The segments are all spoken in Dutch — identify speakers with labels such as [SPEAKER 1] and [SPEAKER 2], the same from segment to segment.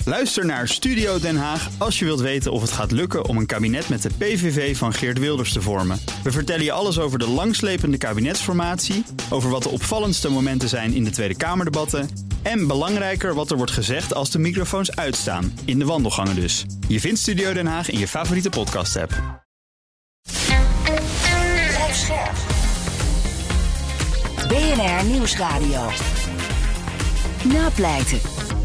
[SPEAKER 1] Luister naar Studio Den Haag als je wilt weten of het gaat lukken om een kabinet met de PVV van Geert Wilders te vormen. We vertellen je alles over de langslepende kabinetsformatie, over wat de opvallendste momenten zijn in de Tweede Kamerdebatten en belangrijker wat er wordt gezegd als de microfoons uitstaan, in de wandelgangen dus. Je vindt Studio Den Haag in je favoriete podcast-app.
[SPEAKER 2] BNR Nieuwsradio. Napleiten.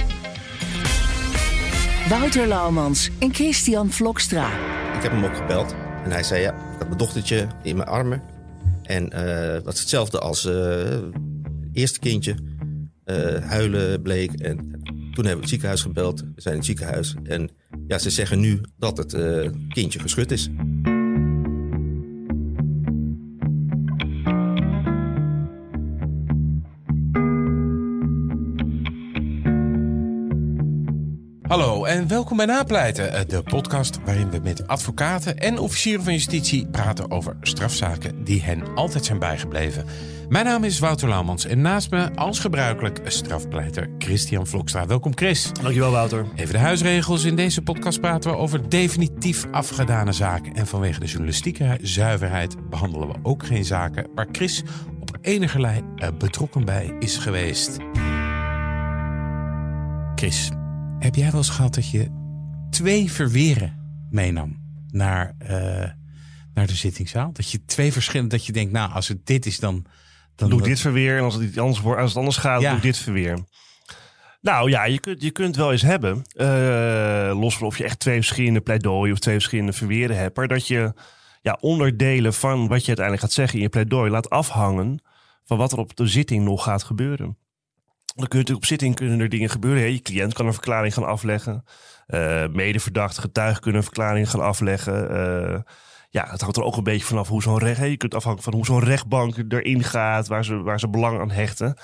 [SPEAKER 2] Wouter Laumans en Christian Vlokstra.
[SPEAKER 3] Ik heb hem ook gebeld en hij zei ik had mijn dochtertje in mijn armen. En dat is hetzelfde als eerste kindje. Huilen bleek en toen hebben we het ziekenhuis gebeld. We zijn in het ziekenhuis en ze zeggen nu dat het kindje geschud is.
[SPEAKER 4] Hallo en welkom bij Napleiten, de podcast waarin we met advocaten en officieren van justitie praten over strafzaken die hen altijd zijn bijgebleven. Mijn naam is Wouter Laumans en naast me als gebruikelijk strafpleiter Christian Vlokstra. Welkom Chris.
[SPEAKER 5] Dankjewel Wouter.
[SPEAKER 4] Even de huisregels. In deze podcast praten we over definitief afgedane zaken. En vanwege de journalistieke zuiverheid behandelen we ook geen zaken waar Chris op enigerlei betrokken bij is geweest. Chris, heb jij wel eens gehad dat je 2 verweren meenam naar de zittingszaal? Dat je 2 verschillende, dat je denkt, als het dit is, dan
[SPEAKER 5] doe ik dit verweer. En als het anders gaat, doe ik dit verweer. Nou ja, je kunt wel eens hebben, los van of je echt 2 verschillende pleidooien of 2 verschillende verweren hebt, maar dat je onderdelen van wat je uiteindelijk gaat zeggen in je pleidooi laat afhangen van wat er op de zitting nog gaat gebeuren. Dan kun je natuurlijk op zitting kunnen er dingen gebeuren. Je cliënt kan een verklaring gaan afleggen. Medeverdachte getuigen kunnen een verklaring gaan afleggen. Het hangt er ook een beetje vanaf hoe zo'n recht. Je kunt afhankelijk van hoe zo'n rechtbank erin gaat, waar ze belang aan hechten.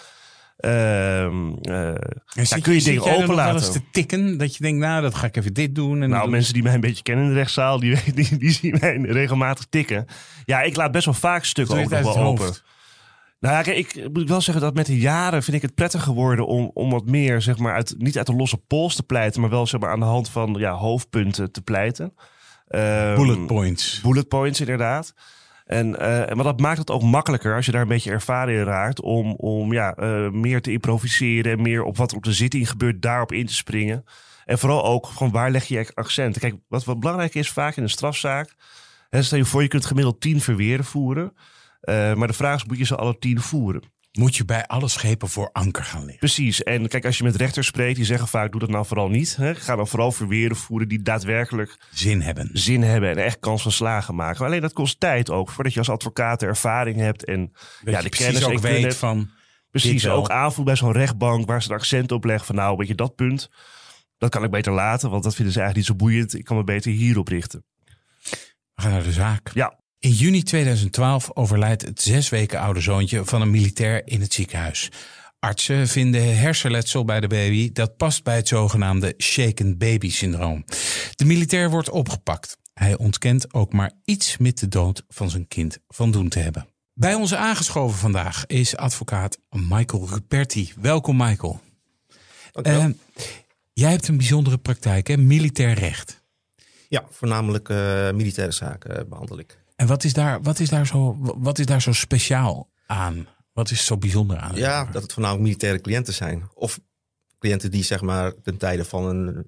[SPEAKER 5] Kun je dingen openlaten.
[SPEAKER 4] Wel eens te tikken dat je denkt, dat ga ik even dit doen. En
[SPEAKER 5] mensen die mij een beetje kennen in de rechtszaal, die zien mij regelmatig tikken. Ja, ik laat best wel vaak stukken ook nog wel open. Nou ja, ik moet wel zeggen dat met de jaren vind ik het prettig geworden om wat meer, zeg maar, niet uit de losse pols te pleiten, maar wel, zeg maar, aan de hand van hoofdpunten te pleiten. Bullet points, inderdaad. Maar dat maakt het ook makkelijker als je daar een beetje ervaring in raakt om meer te improviseren en meer op wat er op de zitting gebeurt, daarop in te springen. En vooral ook van waar leg je accent. Kijk, wat belangrijk is vaak in een strafzaak, stel je voor je kunt gemiddeld 10 verweren voeren. Maar de vraag is, moet je ze alle 10 voeren?
[SPEAKER 4] Moet je bij alle schepen voor anker gaan liggen?
[SPEAKER 5] Precies. En kijk, als je met rechters spreekt, die zeggen vaak, doe dat nou vooral niet. Ga dan vooral verweren voeren die daadwerkelijk
[SPEAKER 4] zin hebben
[SPEAKER 5] en echt kans van slagen maken. Maar alleen dat kost tijd ook, voordat je als advocaat de ervaring hebt en de kennis
[SPEAKER 4] ook weet
[SPEAKER 5] hebt.
[SPEAKER 4] Van
[SPEAKER 5] precies, ook aanvoelt bij zo'n rechtbank waar ze de accent op leggen van weet je, dat punt, dat kan ik beter laten, want dat vinden ze eigenlijk niet zo boeiend. Ik kan me beter hierop richten.
[SPEAKER 4] We gaan naar de zaak.
[SPEAKER 5] Ja.
[SPEAKER 4] In juni 2012 overlijdt het 6 weken oude zoontje van een militair in het ziekenhuis. Artsen vinden hersenletsel bij de baby. Dat past bij het zogenaamde shaken baby syndroom. De militair wordt opgepakt. Hij ontkent ook maar iets met de dood van zijn kind van doen te hebben. Bij ons aangeschoven vandaag is advocaat Michael Ruperti. Welkom Michael. Jij hebt een bijzondere praktijk, hè? Militair recht.
[SPEAKER 3] Ja, voornamelijk militaire zaken behandel ik.
[SPEAKER 4] En wat is daar zo speciaal aan? Wat is zo bijzonder aan?
[SPEAKER 3] Ja, dat het voornamelijk militaire cliënten zijn. Of cliënten die, zeg maar, ten tijde van een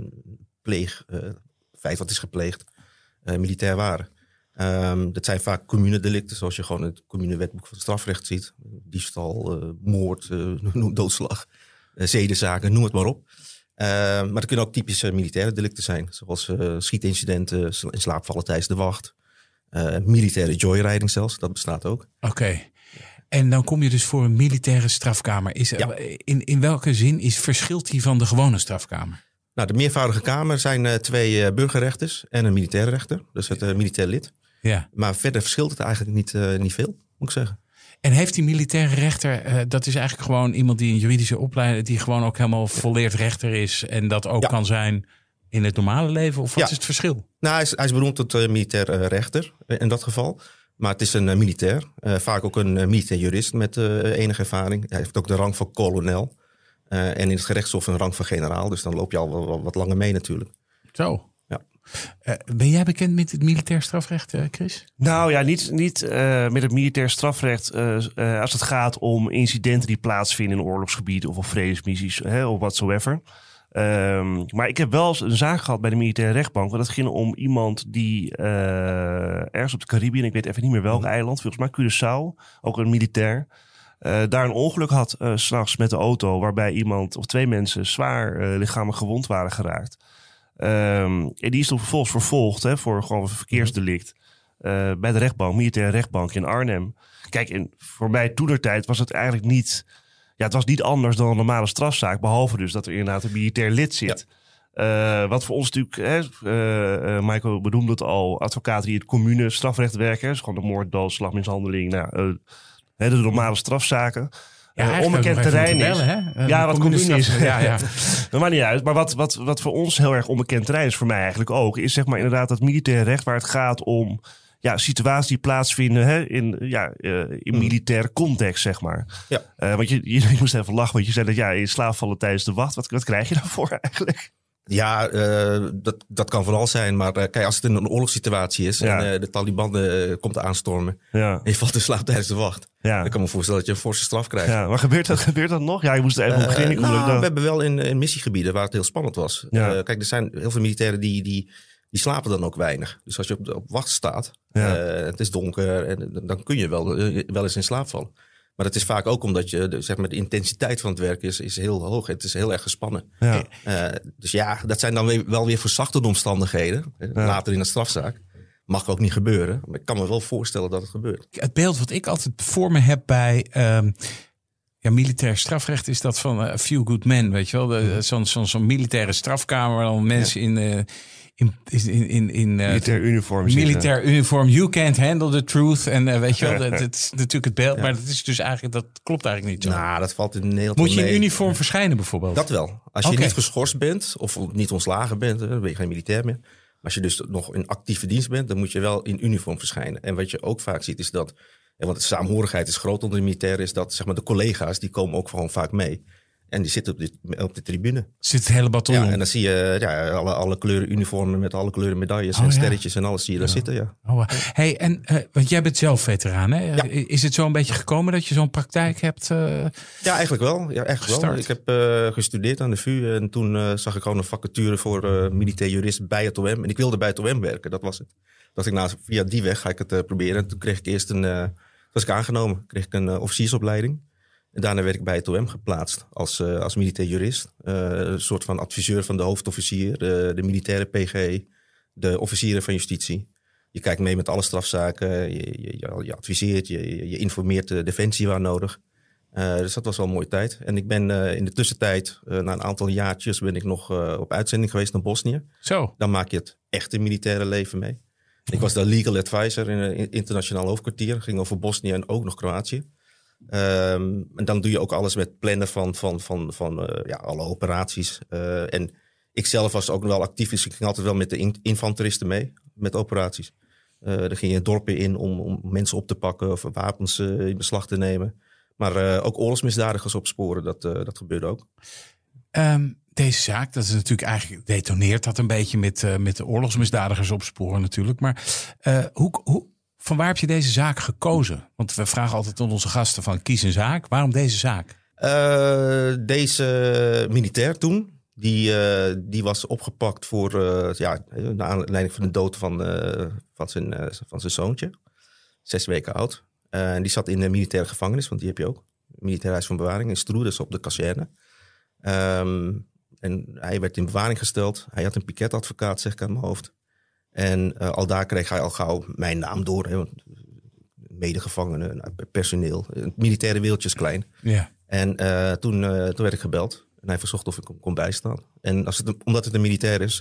[SPEAKER 3] feit wat is gepleegd, militair waren. Dat zijn vaak communedelicten, zoals je gewoon in het communewetboek van het strafrecht ziet. Diefstal, moord, doodslag, zedenzaken, noem het maar op. Maar er kunnen ook typische militaire delicten zijn. Zoals schietincidenten, in slaap vallen tijdens de wacht. Militaire joyriding zelfs, dat bestaat ook.
[SPEAKER 4] Oké. En dan kom je dus voor een militaire strafkamer. In welke zin verschilt die van de gewone strafkamer?
[SPEAKER 3] Nou, de meervoudige kamer zijn 2 burgerrechters en een militaire rechter. Dus het militair lid.
[SPEAKER 4] Ja.
[SPEAKER 3] Maar verder verschilt het eigenlijk niet veel, moet ik zeggen.
[SPEAKER 4] En heeft die militaire rechter, dat is eigenlijk gewoon iemand die een juridische opleiding, die gewoon ook helemaal volleerd rechter is en dat ook kan zijn in het normale leven? Of wat is het verschil? Nou,
[SPEAKER 3] hij is beroemd tot militair rechter in dat geval. Maar het is een militair. Vaak ook een militair jurist met enige ervaring. Hij heeft ook de rang van kolonel. En in het gerechtshof een rang van generaal. Dus dan loop je al wel wat langer mee natuurlijk.
[SPEAKER 4] Zo.
[SPEAKER 3] Ja.
[SPEAKER 4] Ben jij bekend met het militair strafrecht, Chris?
[SPEAKER 5] Nou ja, niet met het militair strafrecht als het gaat om incidenten die plaatsvinden in oorlogsgebieden of op vredesmissies of whatsoever. Maar ik heb wel eens een zaak gehad bij de militaire rechtbank. Want dat ging om iemand die ergens op de Caribiën, ik weet even niet meer welk eiland, volgens mij Curaçao, ook een militair, daar een ongeluk had 's nachts met de auto, waarbij iemand of 2 mensen zwaar lichamelijk gewond waren geraakt. En die is toen vervolgens vervolgd voor gewoon een verkeersdelict bij de rechtbank, militaire rechtbank in Arnhem. Kijk, en voor mij toentertijd was het eigenlijk niet... Ja, het was niet anders dan een normale strafzaak, behalve dus dat er inderdaad een militair lid zit. Ja. Wat voor ons natuurlijk, Michael benoemde het al, advocaten die in het commune strafrecht werken, dus gewoon de moord, doodslag, mishandeling, de normale strafzaken. Onbekend terrein is. Ja, wat commune is. Ja. Dat maakt niet uit. Maar wat voor ons heel erg onbekend terrein is, voor mij eigenlijk ook, is zeg maar inderdaad dat militair recht waar het gaat om situaties die plaatsvinden in militaire context, zeg maar. Ja. Want je moest even lachen, want je zei dat in slaap vallen tijdens de wacht. Wat krijg je daarvoor eigenlijk?
[SPEAKER 3] Ja, dat kan van alles zijn. Maar kijk, als het in een oorlogssituatie is en de Taliban komt aanstormen en je valt in slaap tijdens de wacht. Ja. Dan kan ik me voorstellen dat je een forse straf krijgt.
[SPEAKER 5] Ja, maar gebeurt dat nog? Ja, je moest er even beginnen.
[SPEAKER 3] We hebben wel in missiegebieden waar het heel spannend was. Ja. Kijk, er zijn heel veel militairen die slapen dan ook weinig. Dus als je op wacht staat, het is donker, en dan kun je wel eens in slaap vallen. Maar het is vaak ook omdat de intensiteit van het werk is heel hoog. Het is heel erg gespannen. Ja. Dus dat zijn dan wel weer verzachtende omstandigheden. Later in een strafzaak. Mag ook niet gebeuren. Maar ik kan me wel voorstellen dat het gebeurt.
[SPEAKER 4] Het beeld wat ik altijd voor me heb bij militair strafrecht is dat van A Few Good Men. Weet je wel? Zo'n militaire strafkamer waar dan mensen in
[SPEAKER 5] militair uniform.
[SPEAKER 4] Militair uniform. You can't handle the truth. En weet je wel, dat is natuurlijk het beeld. Maar dat is dus eigenlijk, dat klopt eigenlijk niet zo.
[SPEAKER 3] Nou, dat valt in Nederland
[SPEAKER 4] Moet je in uniform verschijnen bijvoorbeeld?
[SPEAKER 3] Dat wel. Als je niet geschorst bent of niet ontslagen bent, dan ben je geen militair meer. Maar als je dus nog in actieve dienst bent, dan moet je wel in uniform verschijnen. En wat je ook vaak ziet is dat, want de saamhorigheid is groot onder de militairen, is dat zeg maar de collega's, die komen ook gewoon vaak mee. En die zitten op de tribune.
[SPEAKER 4] Zit het hele bataljon.
[SPEAKER 3] Ja, en dan zie je alle kleuren uniformen met alle kleuren medailles en sterretjes en alles zie je daar zitten. Ja.
[SPEAKER 4] Hey, en want jij bent zelf veteraan, hè? Ja. Is het zo een beetje gekomen dat je zo'n praktijk hebt?
[SPEAKER 3] Ja, eigenlijk wel. Ja, eigenlijk wel. Ik heb gestudeerd aan de VU en toen zag ik gewoon een vacature voor militair jurist bij het OM. En ik wilde bij het OM werken, dat was het. Dat ik via die weg ga ik het proberen. En toen kreeg ik eerst was ik aangenomen, kreeg ik een officiersopleiding. En daarna werd ik bij het OM geplaatst als militair jurist. Een soort van adviseur van de hoofdofficier, de militaire PG, de officieren van justitie. Je kijkt mee met alle strafzaken, je adviseert, je informeert de defensie waar nodig. Dus dat was wel een mooie tijd. En ik ben in de tussentijd, na een aantal jaartjes, ben ik nog op uitzending geweest naar Bosnië.
[SPEAKER 4] Zo.
[SPEAKER 3] Dan maak je het echte militaire leven mee. Ik was daar legal advisor in een internationaal hoofdkwartier. Ging over Bosnië en ook nog Kroatië. En dan doe je ook alles met plannen van alle operaties. En ik zelf was ook wel actief, dus ik ging altijd wel met de infanteristen mee, met operaties. Dan ging je dorpen in om mensen op te pakken of wapens in beslag te nemen. Maar ook oorlogsmisdadigers opsporen, dat gebeurde ook.
[SPEAKER 4] Deze zaak, dat is natuurlijk eigenlijk detoneert dat een beetje met de oorlogsmisdadigers opsporen natuurlijk. Maar van waar heb je deze zaak gekozen? Want we vragen altijd aan onze gasten van kies een zaak. Waarom deze zaak?
[SPEAKER 3] Deze militair toen, die was opgepakt voor naar aanleiding van de dood van zijn zoontje. 6 weken oud. En die zat in de militaire gevangenis, want die heb je ook. Militair huis van bewaring in Stroe, dus op de kazerne. En hij werd in bewaring gesteld. Hij had een piketadvocaat, zeg ik aan mijn hoofd. En al daar kreeg hij al gauw mijn naam door. Medegevangenen, personeel. Het militaire wereldje is klein.
[SPEAKER 4] Ja.
[SPEAKER 3] En toen werd ik gebeld. En hij verzocht of ik hem kon bijstaan. En omdat het een militair is,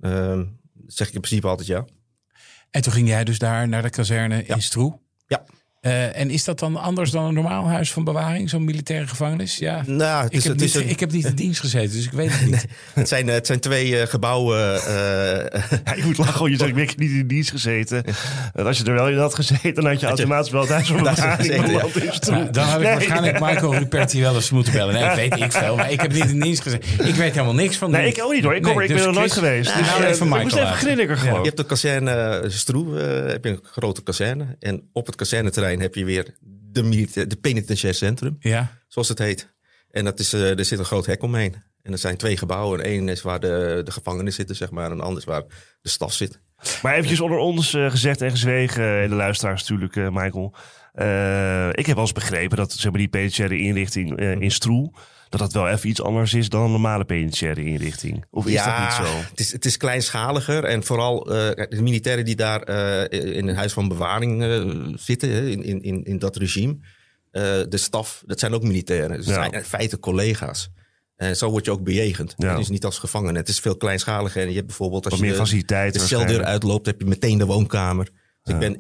[SPEAKER 3] zeg ik in principe altijd ja.
[SPEAKER 4] En toen ging jij dus daar naar de kazerne in Stroe?
[SPEAKER 3] Ja.
[SPEAKER 4] En is dat dan anders dan een normaal huis van bewaring, zo'n militaire gevangenis? Ja,
[SPEAKER 3] Nou,
[SPEAKER 4] ik heb niet in dienst gezeten, dus ik weet het niet.
[SPEAKER 3] Het zijn 2 gebouwen.
[SPEAKER 5] Ja, je moet lachen, je zegt, ik heb niet in dienst gezeten. En als je er wel in had gezeten, dan had je automatisch wel het huis van bewaring.
[SPEAKER 4] Dan had ik waarschijnlijk Michael Ruperti wel eens moeten bellen. Nee, ik weet ik veel, maar ik heb niet in dienst gezeten. Ik weet helemaal niks van.
[SPEAKER 5] Nee, ik ook niet hoor. Ik ben er nooit geweest. Dus
[SPEAKER 4] even Michael.
[SPEAKER 5] Ik moest even grinniken gewoon.
[SPEAKER 3] Je hebt de kazerne Stroe, heb je een grote kazerne. En op het kazerneterrein heb je weer de penitentiair centrum, zoals het heet. En dat is, er zit een groot hek omheen. En er zijn 2 gebouwen. Eén is waar de gevangenen zitten, zeg maar. En een ander is waar de staf zit.
[SPEAKER 5] Maar eventjes onder ons gezegd en gezwegen, de luisteraars natuurlijk, Michael. Ik heb wel eens begrepen dat, zeg maar, die penitentiaire inrichting in Stroe, dat wel even iets anders is dan een normale penitentiaire inrichting. Of is dat niet zo?
[SPEAKER 3] Het is kleinschaliger. En vooral de militairen die daar in een huis van bewaring zitten, in dat regime. De staf, dat zijn ook militairen. Dus het zijn in feite collega's. En zo word je ook bejegend.
[SPEAKER 5] Ja.
[SPEAKER 3] Het is niet als gevangene. Het is veel kleinschaliger. En je hebt bijvoorbeeld, als
[SPEAKER 5] wat meer faciliteiten,
[SPEAKER 3] de celdeur uitloopt, heb je meteen de woonkamer. Dus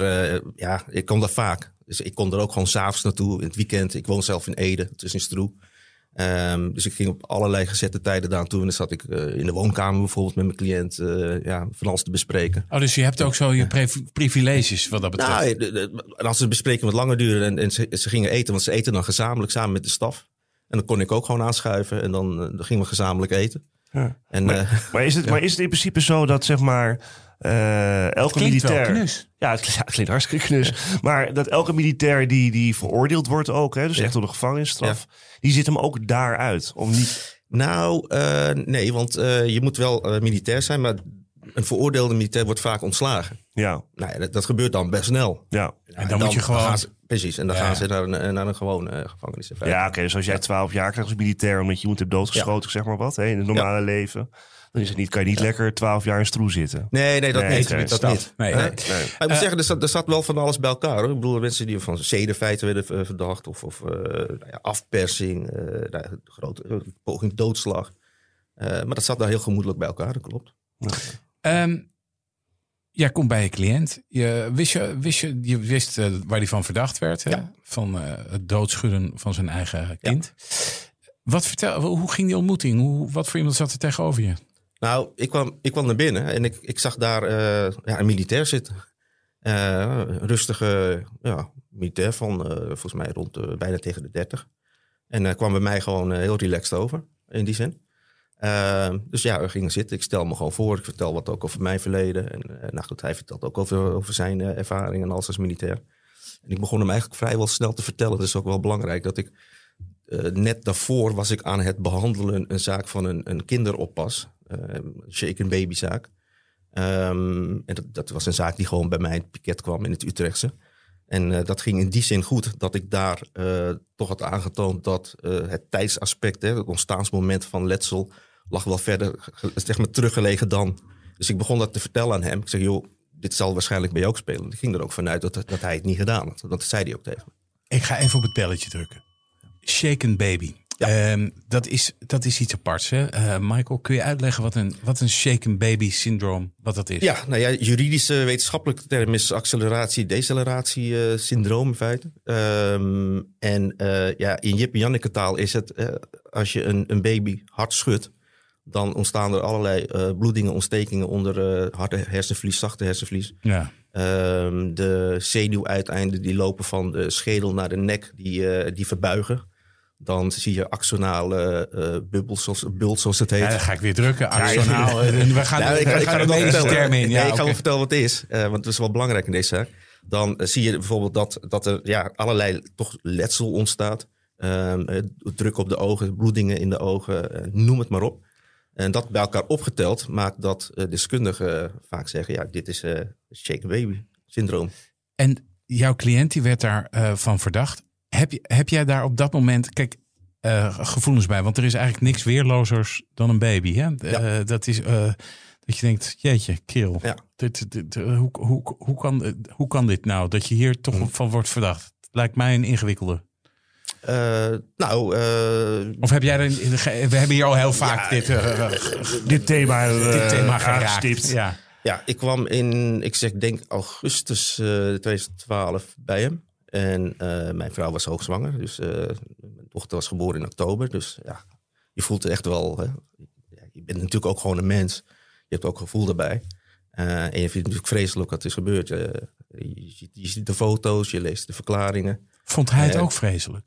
[SPEAKER 3] ik kom daar vaak. Dus ik kom er ook gewoon 's avonds naartoe, in het weekend. Ik woon zelf in Ede, het is in Stroe. Dus ik ging op allerlei gezette tijden daar naartoe. En dan zat ik in de woonkamer bijvoorbeeld met mijn cliënt van alles te bespreken.
[SPEAKER 4] Oh, dus je hebt ook zo je privileges wat dat betreft?
[SPEAKER 3] Nou, als de bespreking wat langer duurde en ze gingen eten, want ze eten dan gezamenlijk samen met de staf. En dan kon ik ook gewoon aanschuiven en dan gingen we gezamenlijk eten.
[SPEAKER 5] Ja. En, maar is het in principe zo dat, zeg maar, elke militair...
[SPEAKER 4] knus.
[SPEAKER 5] Ja, het klinkt hartstikke knus. Maar dat elke militair die veroordeeld wordt ook, hè, dus echt door de gevangenisstraf, die zit hem ook daaruit? Of niet?
[SPEAKER 3] Nou, nee, want je moet wel militair zijn, maar een veroordeelde militair wordt vaak ontslagen.
[SPEAKER 5] Ja.
[SPEAKER 3] Nou ja, dat gebeurt dan best snel.
[SPEAKER 5] Ja.
[SPEAKER 4] En dan moet je gewoon...
[SPEAKER 3] Precies, en dan gaan ze naar een gewone gevangenis.
[SPEAKER 5] Ja, oké, dus als jij 12 jaar krijgt als militair omdat je iemand hebt doodgeschoten, zeg maar wat, hè, in het normale leven, dan is het niet, kan je niet lekker 12 jaar in Stroe zitten.
[SPEAKER 3] Nee, dat niet.
[SPEAKER 5] Okay.
[SPEAKER 3] Dat niet.
[SPEAKER 4] Nee.
[SPEAKER 3] Maar ik moet zeggen, er zat wel van alles bij elkaar. Hoor. Ik bedoel, mensen die van zedenfeiten werden verdacht, of afpersing, grote poging doodslag. Maar dat zat daar heel gemoedelijk bij elkaar, dat klopt.
[SPEAKER 4] Jij komt bij je cliënt. Je wist waar hij van verdacht werd. Hè? Van het doodschudden van zijn eigen kind. Ja. Hoe ging die ontmoeting? Wat voor iemand zat er tegenover je?
[SPEAKER 3] Nou, ik kwam naar binnen en ik zag daar een militair zitten. Een rustige militair van volgens mij rond bijna tegen de 30. En kwam bij mij gewoon heel relaxed over, in die zin. Dus we gingen zitten. Ik stel me gewoon voor. Ik vertel wat ook over mijn verleden. En hij vertelt ook over zijn ervaring en alles als militair. En ik begon hem eigenlijk vrijwel snel te vertellen. Dat is ook wel belangrijk. Dat ik net daarvoor was ik aan het behandelen een zaak van een kinderoppas. Shaken babyzaak. En dat was een zaak die gewoon bij mij in het piket kwam in het Utrechtse. En dat ging in die zin goed dat ik daar toch had aangetoond dat het tijdsaspect, het ontstaansmoment van letsel, lag wel verder, zeg maar, teruggelegen dan. Dus ik begon dat te vertellen aan hem. Ik zeg, joh, dit zal waarschijnlijk bij jou ook spelen. Ik ging er ook vanuit dat hij het niet gedaan had. Dat zei hij ook tegen me.
[SPEAKER 4] Ik ga even op het belletje drukken. Shaken baby. Ja. Dat is iets aparts. Hè? Michael, kun je uitleggen wat een shaken baby syndroom, wat dat is?
[SPEAKER 3] Ja, nou ja, juridische wetenschappelijke term is acceleratie-deceleratie syndroom in feite. In Jip en Janneke taal is het, als je een baby hard schudt, dan ontstaan er allerlei bloedingen, ontstekingen onder harde hersenvlies, zachte hersenvlies. Ja. De zenuwuiteinden die lopen van de schedel naar de nek, die verbuigen. Dan zie je axonale bubbels, zoals het heet. Ja,
[SPEAKER 4] dan ga ik weer drukken. Axonaal. We gaan de medische termen in.
[SPEAKER 3] Ik ga wel vertellen wat het is. Want het is wel belangrijk in deze zaak. Dan zie je bijvoorbeeld dat er allerlei toch letsel ontstaat. Druk op de ogen, bloedingen in de ogen, noem het maar op. En dat bij elkaar opgeteld maakt dat deskundigen vaak zeggen, dit is shaken baby syndroom.
[SPEAKER 4] En jouw cliënt die werd daar van verdacht. Heb jij daar op dat moment gevoelens bij? Want er is eigenlijk niks weerlozers dan een baby. Hè? Ja. Dat is dat je denkt, jeetje, kerel. Ja. Hoe kan dit nou? Dat je hier toch van wordt verdacht. Lijkt mij een ingewikkelde. Of heb jij we hebben hier al heel vaak dit thema geraakt.
[SPEAKER 3] Ja, ik kwam denk augustus 2012 bij hem. En mijn vrouw was hoogzwanger. Dus mijn dochter was geboren in oktober. Dus ja, je voelt het echt wel. Hè. Je bent natuurlijk ook gewoon een mens. Je hebt ook gevoel daarbij. En je vindt het natuurlijk vreselijk wat er is gebeurd. Je ziet de foto's, je leest de verklaringen.
[SPEAKER 4] Vond hij het ook vreselijk?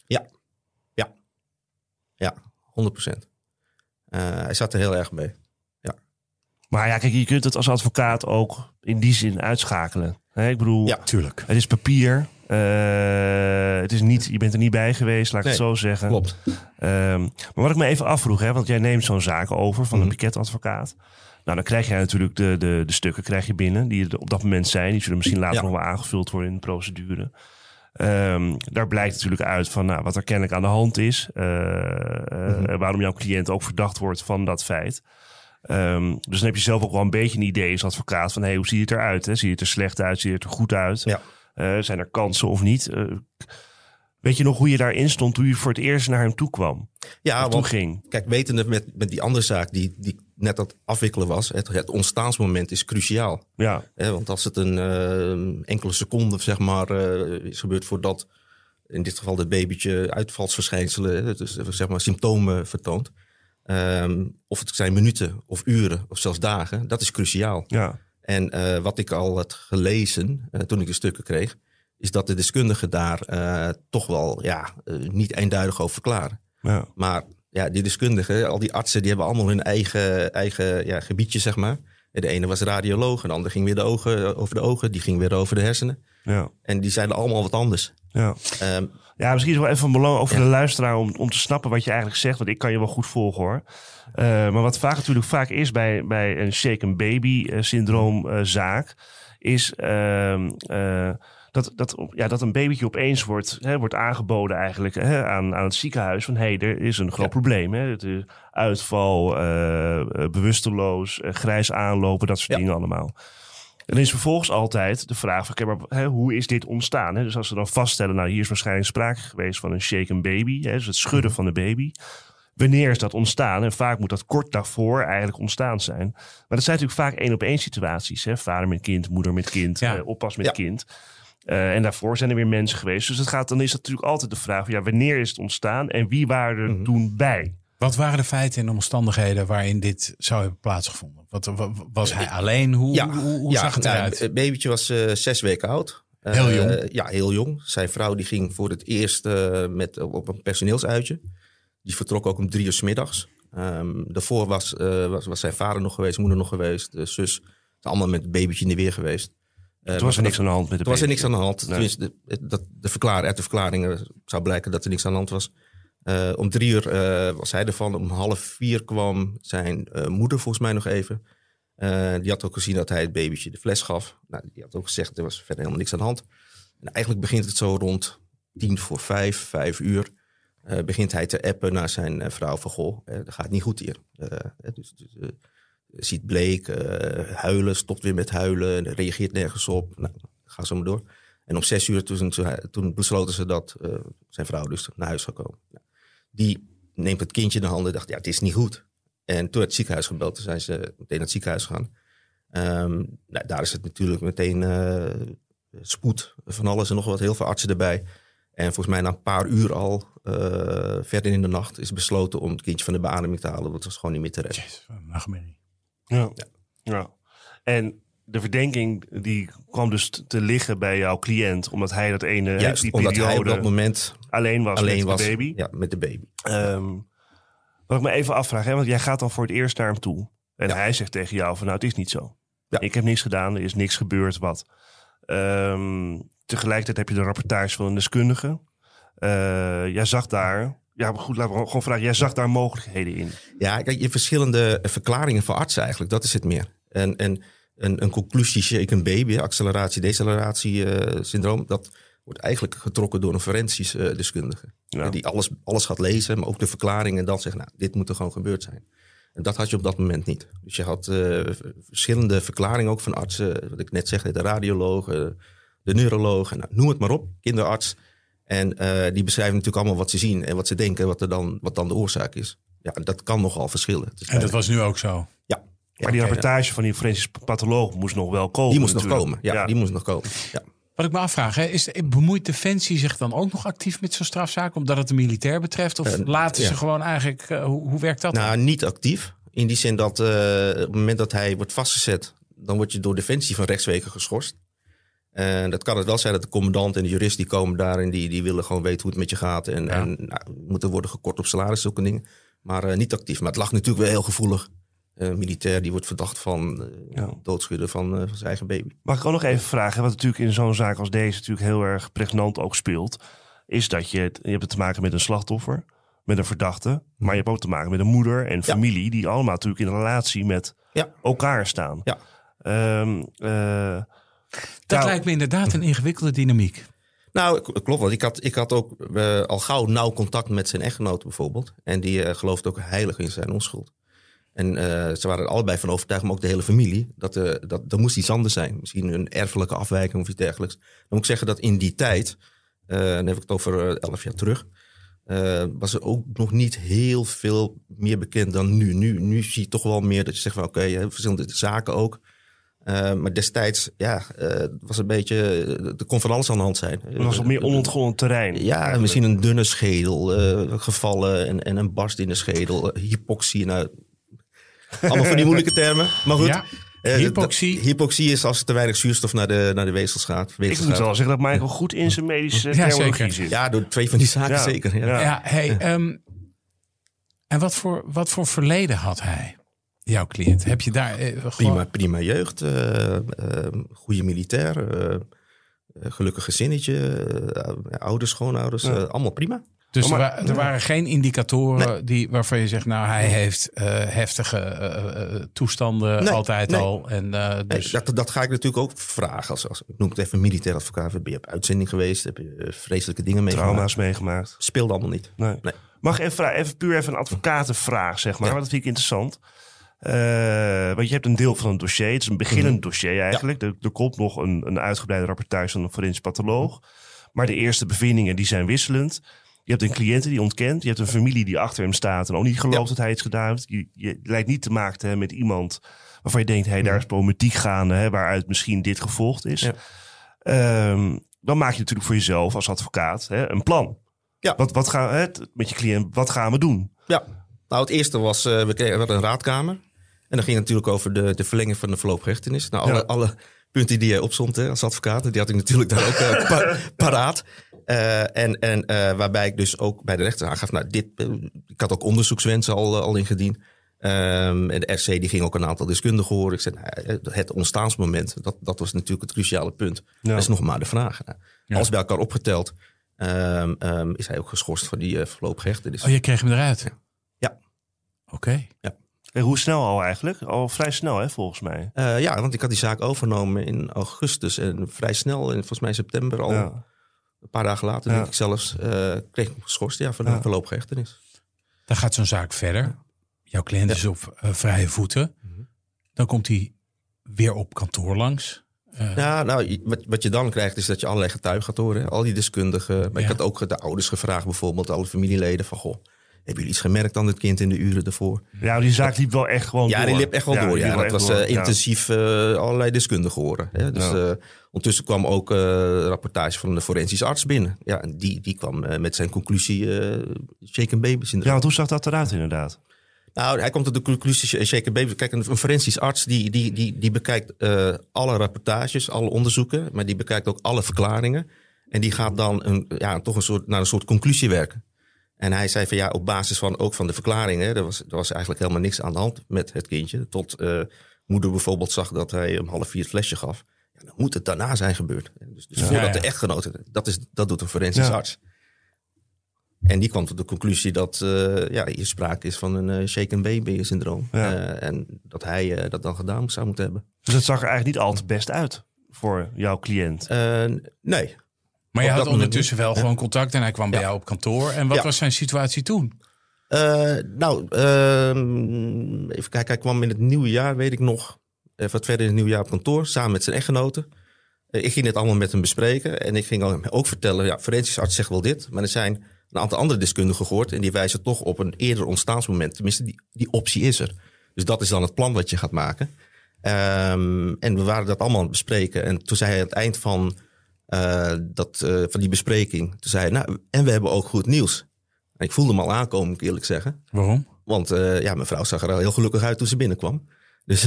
[SPEAKER 3] Ja, 100%. Hij zat er heel erg mee. Ja.
[SPEAKER 5] Maar ja, kijk, je kunt het als advocaat ook in die zin uitschakelen. Ik bedoel,
[SPEAKER 3] Ja,
[SPEAKER 4] tuurlijk.
[SPEAKER 5] Het is papier. Het is niet, je bent er niet bij geweest, laat ik het zo zeggen.
[SPEAKER 3] Klopt.
[SPEAKER 5] Maar wat ik me even afvroeg, want jij neemt zo'n zaak over van een piketadvocaat. Nou, dan krijg jij natuurlijk de stukken krijg je binnen die er op dat moment zijn. Die zullen misschien later nog wel aangevuld worden in de procedure. Daar blijkt natuurlijk uit van wat er kennelijk aan de hand is. Waarom jouw cliënt ook verdacht wordt van dat feit. Dus dan heb je zelf ook wel een beetje een idee als advocaat van hoe ziet het eruit? Hè? Ziet het er slecht uit? Ziet het er goed uit?
[SPEAKER 3] Ja.
[SPEAKER 5] Zijn er kansen of niet? Weet je nog hoe je daarin stond toen je voor het eerst naar hem toe kwam?
[SPEAKER 3] Ja,
[SPEAKER 5] want ging?
[SPEAKER 3] Kijk, wetende met die andere zaak die net aan het afwikkelen was. Het ontstaansmoment is cruciaal.
[SPEAKER 5] Ja.
[SPEAKER 3] Want als het een enkele seconde zeg maar is gebeurd voordat in dit geval het babytje uitvalsverschijnselen, dus zeg maar symptomen vertoont. Of het zijn minuten of uren of zelfs dagen, dat is cruciaal.
[SPEAKER 5] Ja.
[SPEAKER 3] En wat ik al had gelezen toen ik de stukken kreeg, is dat de deskundigen daar toch wel niet eenduidig over verklaren.
[SPEAKER 5] Ja.
[SPEAKER 3] Maar ja, die deskundigen, al die artsen, die hebben allemaal hun eigen gebiedje, zeg maar. De ene was radioloog, en de ander ging weer over de ogen, die ging weer over de hersenen.
[SPEAKER 5] Ja.
[SPEAKER 3] En die zeiden allemaal wat anders.
[SPEAKER 5] Ja. Misschien is het wel even van belang over de luisteraar om te snappen wat je eigenlijk zegt. Want ik kan je wel goed volgen hoor. Maar wat vaak is bij een shaken baby syndroomzaak, is dat een babytje opeens wordt aangeboden eigenlijk aan het ziekenhuis. Van er is een groot probleem. Het is uitval, bewusteloos, grijs aanlopen, dat soort dingen allemaal. En dan is vervolgens altijd de vraag van, hoe is dit ontstaan? Dus als we dan vaststellen, hier is waarschijnlijk sprake geweest van een shaken baby. Dus het schudden van de baby. Wanneer is dat ontstaan? En vaak moet dat kort daarvoor eigenlijk ontstaan zijn. Maar dat zijn natuurlijk vaak 1-op-1 situaties. Vader met kind, moeder met kind, oppas met kind. En daarvoor zijn er weer mensen geweest. Dus dan is dat natuurlijk altijd de vraag van, wanneer is het ontstaan? En wie waren er toen bij?
[SPEAKER 4] Wat waren de feiten en omstandigheden waarin dit zou hebben plaatsgevonden? Was hij alleen? Hoe zag het eruit?
[SPEAKER 3] Het babytje was 6 weken oud.
[SPEAKER 4] Heel jong?
[SPEAKER 3] Ja, heel jong. Zijn vrouw die ging voor het eerst op een personeelsuitje. Die vertrok ook om 3 uur 's middags. Daarvoor was zijn vader nog geweest, moeder nog geweest, de zus. Allemaal met het babytje in de weer geweest.
[SPEAKER 5] Toen was er niks aan de hand met de baby.
[SPEAKER 3] Was er niks aan de hand.
[SPEAKER 5] Nee.
[SPEAKER 3] Tenminste, uit de verklaringen zou blijken dat er niks aan de hand was. Om 3 uur was hij ervan. Om 3:30 kwam zijn moeder volgens mij nog even. Die had ook gezien dat hij het babytje de fles gaf. Nou, die had ook gezegd, er was verder helemaal niks aan de hand. En eigenlijk begint het zo rond 5 uur. Begint hij te appen naar zijn vrouw van, goh, dat gaat niet goed hier. Ziet bleek, huilen, stopt weer met huilen, reageert nergens op. Nou, ga zo maar door. En om 6 uur toen besloten ze dat zijn vrouw dus naar huis zou komen. Nou, die neemt het kindje in de handen en dacht, het is niet goed. En toen het ziekenhuis gebeld, toen zijn ze meteen naar het ziekenhuis gegaan. Daar is het natuurlijk meteen spoed van alles en nog wat, heel veel artsen erbij. En volgens mij na een paar uur al, verder in de nacht, is besloten om het kindje van de beademing te halen. Want het was gewoon niet meer te redden.
[SPEAKER 4] Jezus, wat een nachtmerrie.
[SPEAKER 5] Ja. En de verdenking die kwam dus te liggen bij jouw cliënt, omdat hij dat ene
[SPEAKER 3] Juist,
[SPEAKER 5] die
[SPEAKER 3] omdat
[SPEAKER 5] periode
[SPEAKER 3] hij op dat moment
[SPEAKER 5] alleen was met de baby.
[SPEAKER 3] Ja, met de baby.
[SPEAKER 5] Wat ik me even afvraag, want jij gaat dan voor het eerst naar hem toe. En hij zegt tegen jou van, het is niet zo. Ja. Ik heb niks gedaan, er is niks gebeurd, wat. Tegelijkertijd heb je de rapportage van een deskundige. Jij zag daar... Ja, maar goed, laten we gewoon vragen. Jij zag daar mogelijkheden in.
[SPEAKER 3] Ja, kijk, je hebt verschillende verklaringen van artsen eigenlijk. Dat is het meer. En een conclusie, shaken baby, acceleratie-deceleratie syndroom, dat wordt eigenlijk getrokken door een forensisch deskundige.
[SPEAKER 5] Ja. Die
[SPEAKER 3] alles gaat lezen, maar ook de verklaringen en dan zegt, dit moet er gewoon gebeurd zijn. En dat had je op dat moment niet. Dus je had verschillende verklaringen ook van artsen. Wat ik net zeg, de radioloog, de neuroloog, noem het maar op, kinderarts. En die beschrijven natuurlijk allemaal wat ze zien en wat ze denken, wat dan de oorzaak is. Ja, dat kan nogal verschillen.
[SPEAKER 4] En dat was nu ook zo?
[SPEAKER 3] Ja.
[SPEAKER 5] Maar die rapportage van die forensisch patholoog moest nog wel komen.
[SPEAKER 3] Die moest nog komen. Ja, die moest nog komen. Ja.
[SPEAKER 4] Wat ik me afvraag, bemoeit Defensie zich dan ook nog actief met zo'n strafzaak? Omdat het de militair betreft? Of laten ze gewoon eigenlijk... Hoe werkt dat dan?
[SPEAKER 3] Niet actief. In die zin dat op het moment dat hij wordt vastgezet... dan word je door Defensie van rechtswegen geschorst. En dat kan het wel zijn dat de commandant en de jurist... die komen daar en die willen gewoon weten hoe het met je gaat. En moeten worden gekort op salaris, zulke dingen. Maar niet actief. Maar het lag natuurlijk wel heel gevoelig. Militair die wordt verdacht van doodschudden van zijn eigen baby.
[SPEAKER 5] Mag ik ook nog even vragen, wat natuurlijk in zo'n zaak als deze natuurlijk heel erg pregnant ook speelt, is dat je hebt het te maken met een slachtoffer, met een verdachte, maar je hebt ook te maken met een moeder en familie die allemaal natuurlijk in een relatie met elkaar staan.
[SPEAKER 3] Ja.
[SPEAKER 4] Dat lijkt me inderdaad een ingewikkelde dynamiek.
[SPEAKER 3] Nou, klopt wel. Ik had ook al gauw nauw contact met zijn echtgenote bijvoorbeeld. En die geloofde ook heilig in zijn onschuld. En ze waren er allebei van overtuigd, maar ook de hele familie, dat er moest iets anders zijn. Misschien een erfelijke afwijking of iets dergelijks. Dan moet ik zeggen dat in die tijd, dan heb ik het over 11 jaar terug, was er ook nog niet heel veel meer bekend dan nu. Nu zie je toch wel meer dat je zegt van oké, verschillende zaken ook. Maar destijds, was een beetje, er kon van alles aan de hand zijn.
[SPEAKER 5] Het was wat meer onontgonnen terrein.
[SPEAKER 3] Ja, eigenlijk. Misschien een dunne schedel gevallen en een barst in de schedel, hypoxie. Allemaal van die moeilijke termen. Maar goed.
[SPEAKER 4] Ja,
[SPEAKER 3] hypoxie is als er te weinig zuurstof naar de weefsels gaat.
[SPEAKER 5] Ik moet wel zeggen dat Michael goed in zijn medische terminologie zit.
[SPEAKER 3] Ja, door 2 van die zaken zeker. Ja.
[SPEAKER 4] En wat voor verleden had hij, jouw cliënt? Heb je daar
[SPEAKER 3] prima jeugd. Goede militair. Gelukkig gezinnetje. Ouders, schoonouders. Allemaal prima.
[SPEAKER 4] Dus er waren geen indicatoren waarvan je zegt, nou, hij heeft heftige toestanden altijd al. En, dus...
[SPEAKER 3] dat ga ik natuurlijk ook vragen. Als ik noem het even militair advocaat. Ben je op uitzending geweest? Heb je vreselijke dingen meegemaakt?
[SPEAKER 5] Trauma's meegemaakt?
[SPEAKER 3] Speelde allemaal niet. Nee.
[SPEAKER 5] Mag ik even een advocatenvraag, zeg maar? Want dat vind ik interessant. Want je hebt een deel van een dossier. Het is een beginnend dossier eigenlijk. Ja. Er komt nog een uitgebreide rapportage van een forensisch patholoog. Maar de eerste bevindingen die zijn wisselend. Je hebt een cliënt die ontkent. Je hebt een familie die achter hem staat en ook niet gelooft dat hij iets gedaan heeft. Je lijkt niet te maken te hebben met iemand waarvan je denkt, daar is problematiek gaande, waaruit misschien dit gevolgd is. Ja. Dan maak je natuurlijk voor jezelf als advocaat een plan. Ja. Met je cliënt, wat gaan we doen? Ja,
[SPEAKER 3] nou het eerste was, we hadden een raadkamer. En dan ging het natuurlijk over de verlenging van de voorlopige hechtenis. Nou, alle punten die je opzond als advocaat, die had ik natuurlijk daar ook paraat. Waarbij ik dus ook bij de rechter aangaf, ik had ook onderzoekswensen al ingediend. En de RC die ging ook een aantal deskundigen horen. Ik zei, het ontstaansmoment, dat was natuurlijk het cruciale punt. Ja. Dat is nog maar de vraag. Alles bij elkaar opgeteld is hij ook geschorst voor die voorlopige hechtenis.
[SPEAKER 4] Oh, je kreeg hem eruit?
[SPEAKER 3] Ja.
[SPEAKER 4] Oké.
[SPEAKER 3] Ja.
[SPEAKER 5] En hoe snel al eigenlijk? Al vrij snel, hè, volgens mij.
[SPEAKER 3] Want ik had die zaak overgenomen in augustus. En vrij snel, volgens mij september al. Ja. Een paar dagen later, denk ik zelfs, kreeg ik hem geschorst voor de voorlopige hechtenis.
[SPEAKER 4] Dan gaat zo'n zaak verder. Jouw cliënt is op vrije voeten. Dan komt hij weer op kantoor langs.
[SPEAKER 3] Wat je dan krijgt is dat je allerlei getuigen gaat horen. Hè? Al die deskundigen. Maar ik had ook de ouders gevraagd bijvoorbeeld. Alle familieleden van, hebben jullie iets gemerkt aan het kind in de uren ervoor?
[SPEAKER 5] Ja, die zaak liep wel echt gewoon door.
[SPEAKER 3] Ja, die liep echt wel door. Ja, dat was intensief allerlei deskundigen horen. Hè? Dus ondertussen kwam ook rapportage van de forensisch arts binnen. Ja, en die kwam met zijn conclusie shaken baby syndroom.
[SPEAKER 5] Ja, want hoe zag dat eruit inderdaad?
[SPEAKER 3] Nou, hij komt tot de conclusie shaken baby. Kijk, een forensisch arts die bekijkt alle rapportages, alle onderzoeken. Maar die bekijkt ook alle verklaringen. En die gaat dan naar een soort conclusie werken. En hij zei van op basis van ook van de verklaringen, er was eigenlijk helemaal niks aan de hand met het kindje. Tot moeder bijvoorbeeld zag dat hij hem 3:30 het flesje gaf. Ja, dan moet het daarna zijn gebeurd. Dus voordat de echtgenote, dat doet een forensisch arts. En die kwam tot de conclusie dat hier sprake is van een shaken baby syndroom. Ja. En dat hij dat dan gedaan zou moeten hebben.
[SPEAKER 5] Dus dat zag er eigenlijk niet al te best uit voor jouw cliënt?
[SPEAKER 3] Nee.
[SPEAKER 4] Maar je had ondertussen wel gewoon contact en hij kwam bij jou op kantoor. En wat was zijn situatie toen?
[SPEAKER 3] Even kijken. Hij kwam in het nieuwe jaar, weet ik nog. Wat verder in het nieuwe jaar op kantoor, samen met zijn echtgenote. Ik ging dit allemaal met hem bespreken. En ik ging ook vertellen, forensisch arts zegt wel dit. Maar er zijn een aantal andere deskundigen gehoord. En die wijzen toch op een eerder ontstaansmoment. Tenminste, die optie is er. Dus dat is dan het plan wat je gaat maken. En we waren dat allemaal aan het bespreken. En toen zei hij aan het eind van Van die bespreking. Toen zei hij, en we hebben ook goed nieuws. En ik voelde hem al aankomen, moet ik eerlijk zeggen.
[SPEAKER 4] Waarom?
[SPEAKER 3] Want mijn vrouw zag er al heel gelukkig uit toen ze binnenkwam. Dus,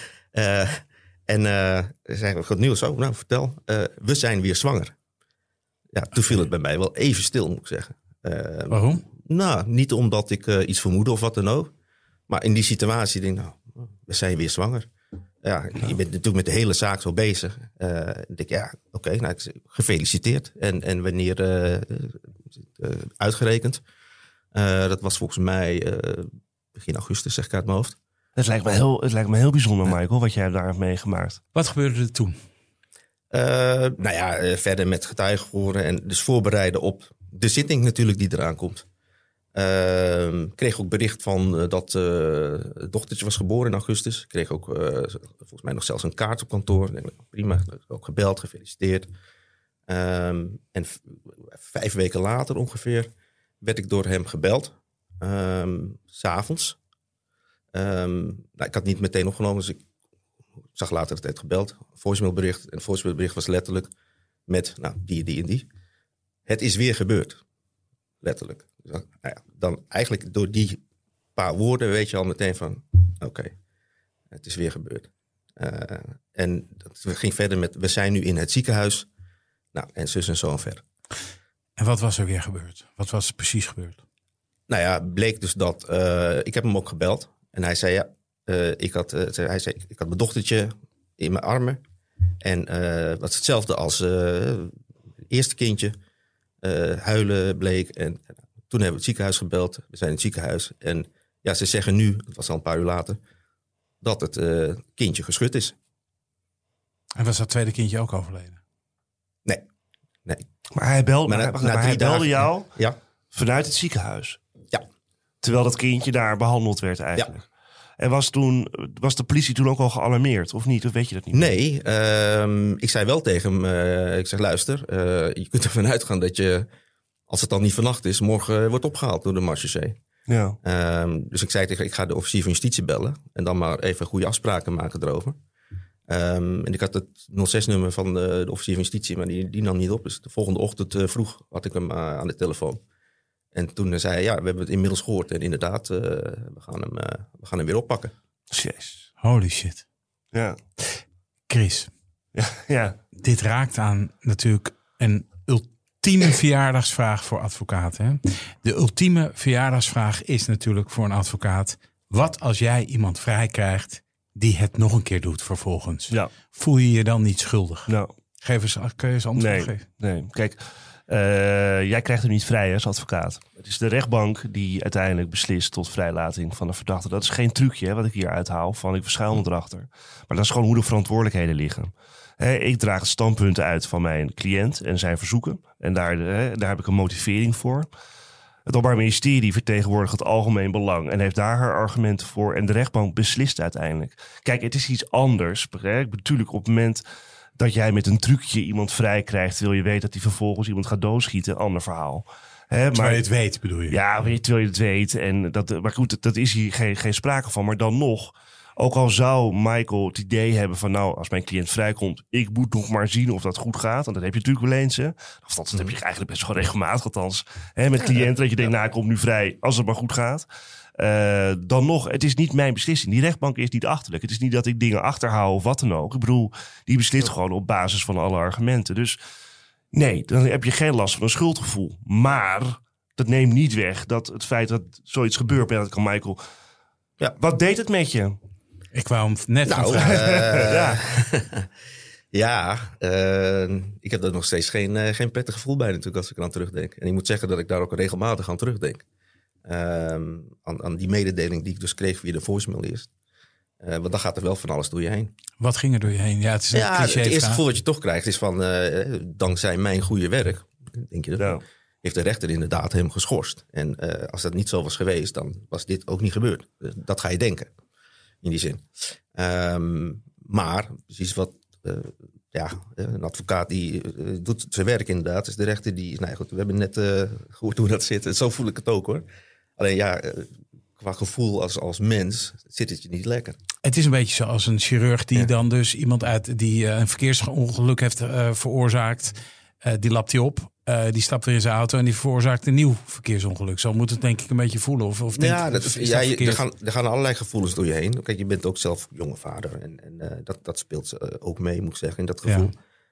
[SPEAKER 3] zei we, goed nieuws. Oh, nou, vertel. We zijn weer zwanger. Ja, toen viel het bij mij wel even stil, moet ik zeggen.
[SPEAKER 4] Waarom?
[SPEAKER 3] Nou, niet omdat ik iets vermoedde of wat dan ook. Maar in die situatie denk ik, we zijn weer zwanger. Ja, je bent natuurlijk met de hele zaak zo bezig. Ik denk, oké, gefeliciteerd. En wanneer uitgerekend? Dat was volgens mij begin augustus, zeg ik uit mijn hoofd.
[SPEAKER 5] Het lijkt me heel bijzonder, Michael, wat jij daar hebt meegemaakt.
[SPEAKER 4] Wat gebeurde er toen?
[SPEAKER 3] Verder met getuigen horen en dus voorbereiden op de zitting natuurlijk die eraan komt. Kreeg ook bericht van dat het dochtertje was geboren in augustus. Kreeg ook volgens mij nog zelfs een kaart op kantoor. Ik denk, prima, ook gebeld, gefeliciteerd. En 5 weken later ongeveer werd ik door hem gebeld. 's Avonds. Ik had niet meteen opgenomen, dus ik zag later het gebeld. Voicemailbericht. En het voicemailbericht was letterlijk met die en die. Het is weer gebeurd. Letterlijk. Dan eigenlijk door die paar woorden weet je al meteen van... Oké, het is weer gebeurd. En dat ging verder met... We zijn nu in het ziekenhuis. En zus en zo en ver.
[SPEAKER 4] En wat was er weer gebeurd? Wat was er precies gebeurd?
[SPEAKER 3] Bleek dus dat... ik heb hem ook gebeld. En hij zei ik had mijn dochtertje in mijn armen. En dat is hetzelfde als het eerste kindje. Huilen bleek. En toen hebben we het ziekenhuis gebeld. We zijn in het ziekenhuis. En ze zeggen nu, het was al een paar uur later... dat het kindje geschud is.
[SPEAKER 4] En was dat tweede kindje ook overleden?
[SPEAKER 3] Nee.
[SPEAKER 5] Maar hij belde jou vanuit het ziekenhuis?
[SPEAKER 3] Ja.
[SPEAKER 5] Terwijl dat kindje daar behandeld werd eigenlijk? Ja. En was de politie toen ook al gealarmeerd of niet? Of weet je dat niet?
[SPEAKER 3] Nee, ik zei wel tegen hem... ik zeg, luister, je kunt ervan uitgaan dat je... als het dan niet vannacht is, morgen wordt opgehaald door de marechaussee. Ja. Dus ik zei tegen ik ga de officier van justitie bellen... en dan maar even goede afspraken maken erover. En ik had het 06-nummer van de officier van justitie... maar die nam niet op. Dus de volgende ochtend vroeg had ik hem aan de telefoon. En toen zei hij, we hebben het inmiddels gehoord. En inderdaad, we gaan hem weer oppakken.
[SPEAKER 5] Jezus.
[SPEAKER 4] Holy shit.
[SPEAKER 5] Ja.
[SPEAKER 4] Chris.
[SPEAKER 5] Ja.
[SPEAKER 4] Dit raakt aan natuurlijk een ultieme verjaardagsvraag voor advocaten. Hè? De ultieme verjaardagsvraag is natuurlijk voor een advocaat... wat als jij iemand vrij krijgt die het nog een keer doet vervolgens? Ja. Voel je je dan niet schuldig?
[SPEAKER 5] Nou.
[SPEAKER 4] Kun je eens antwoord geven?
[SPEAKER 5] Nee, kijk... jij krijgt hem niet vrij als advocaat. Het is de rechtbank die uiteindelijk beslist tot vrijlating van de verdachte. Dat is geen trucje wat ik hier uithaal van ik verschuil me erachter. Maar dat is gewoon hoe de verantwoordelijkheden liggen. Ik draag het standpunt uit van mijn cliënt en zijn verzoeken. En daar heb ik een motivering voor. Het Openbaar Ministerie vertegenwoordigt het algemeen belang en heeft daar haar argumenten voor. En de rechtbank beslist uiteindelijk. Kijk, het is iets anders. Natuurlijk op het moment... dat jij met een trucje iemand vrij krijgt... terwijl je weet dat hij vervolgens iemand gaat doodschieten. Ander verhaal.
[SPEAKER 4] Terwijl je het weet, bedoel je?
[SPEAKER 5] Ja, terwijl je het weet. Maar goed, dat is hier geen sprake van. Maar dan nog, ook al zou Michael het idee hebben van... als mijn cliënt vrijkomt... ik moet nog maar zien of dat goed gaat. Want dat heb je natuurlijk wel eens. Hè? Of dat heb je eigenlijk best wel regelmatig althans. Met cliënten dat je denkt, ik kom nu vrij als het maar goed gaat... dan nog, het is niet mijn beslissing. Die rechtbank is niet achterlijk. Het is niet dat ik dingen achterhaal of wat dan ook. Ik bedoel, die beslist gewoon op basis van alle argumenten. Dus nee, dan heb je geen last van een schuldgevoel. Maar dat neemt niet weg dat het feit dat zoiets gebeurt... dat kan Michael... Ja. Wat deed het met je?
[SPEAKER 4] Ik wou hem net gaan vragen.
[SPEAKER 3] Ik heb er nog steeds geen prettig gevoel bij natuurlijk als ik eraan terugdenk. En ik moet zeggen dat ik daar ook regelmatig aan terugdenk. Aan die mededeling die ik dus kreeg via de voicemail eerst. Want dan gaat er wel van alles door je heen.
[SPEAKER 4] Wat ging er door je heen? Ja, het is een cliché
[SPEAKER 3] het eerste gevoel dat je toch krijgt is van... dankzij mijn goede werk, denk je dat, heeft de rechter inderdaad hem geschorst. En als dat niet zo was geweest, dan was dit ook niet gebeurd. Dat ga je denken, in die zin. Maar, precies wat... een advocaat die doet zijn werk inderdaad. Dus de rechter die... Nou goed, we hebben net gehoord hoe dat zit. Zo voel ik het ook hoor. Alleen qua gevoel als mens zit het je niet lekker.
[SPEAKER 4] Het is een beetje zoals een chirurg die dan dus iemand die een verkeersongeluk heeft veroorzaakt. Die lapt hij op. Die stapt weer in zijn auto en die veroorzaakt een nieuw verkeersongeluk. Zo moet het denk ik een beetje voelen.
[SPEAKER 3] Er gaan allerlei gevoelens door je heen. Kijk, je bent ook zelf jonge vader. En dat speelt ook mee, moet ik zeggen, in dat gevoel.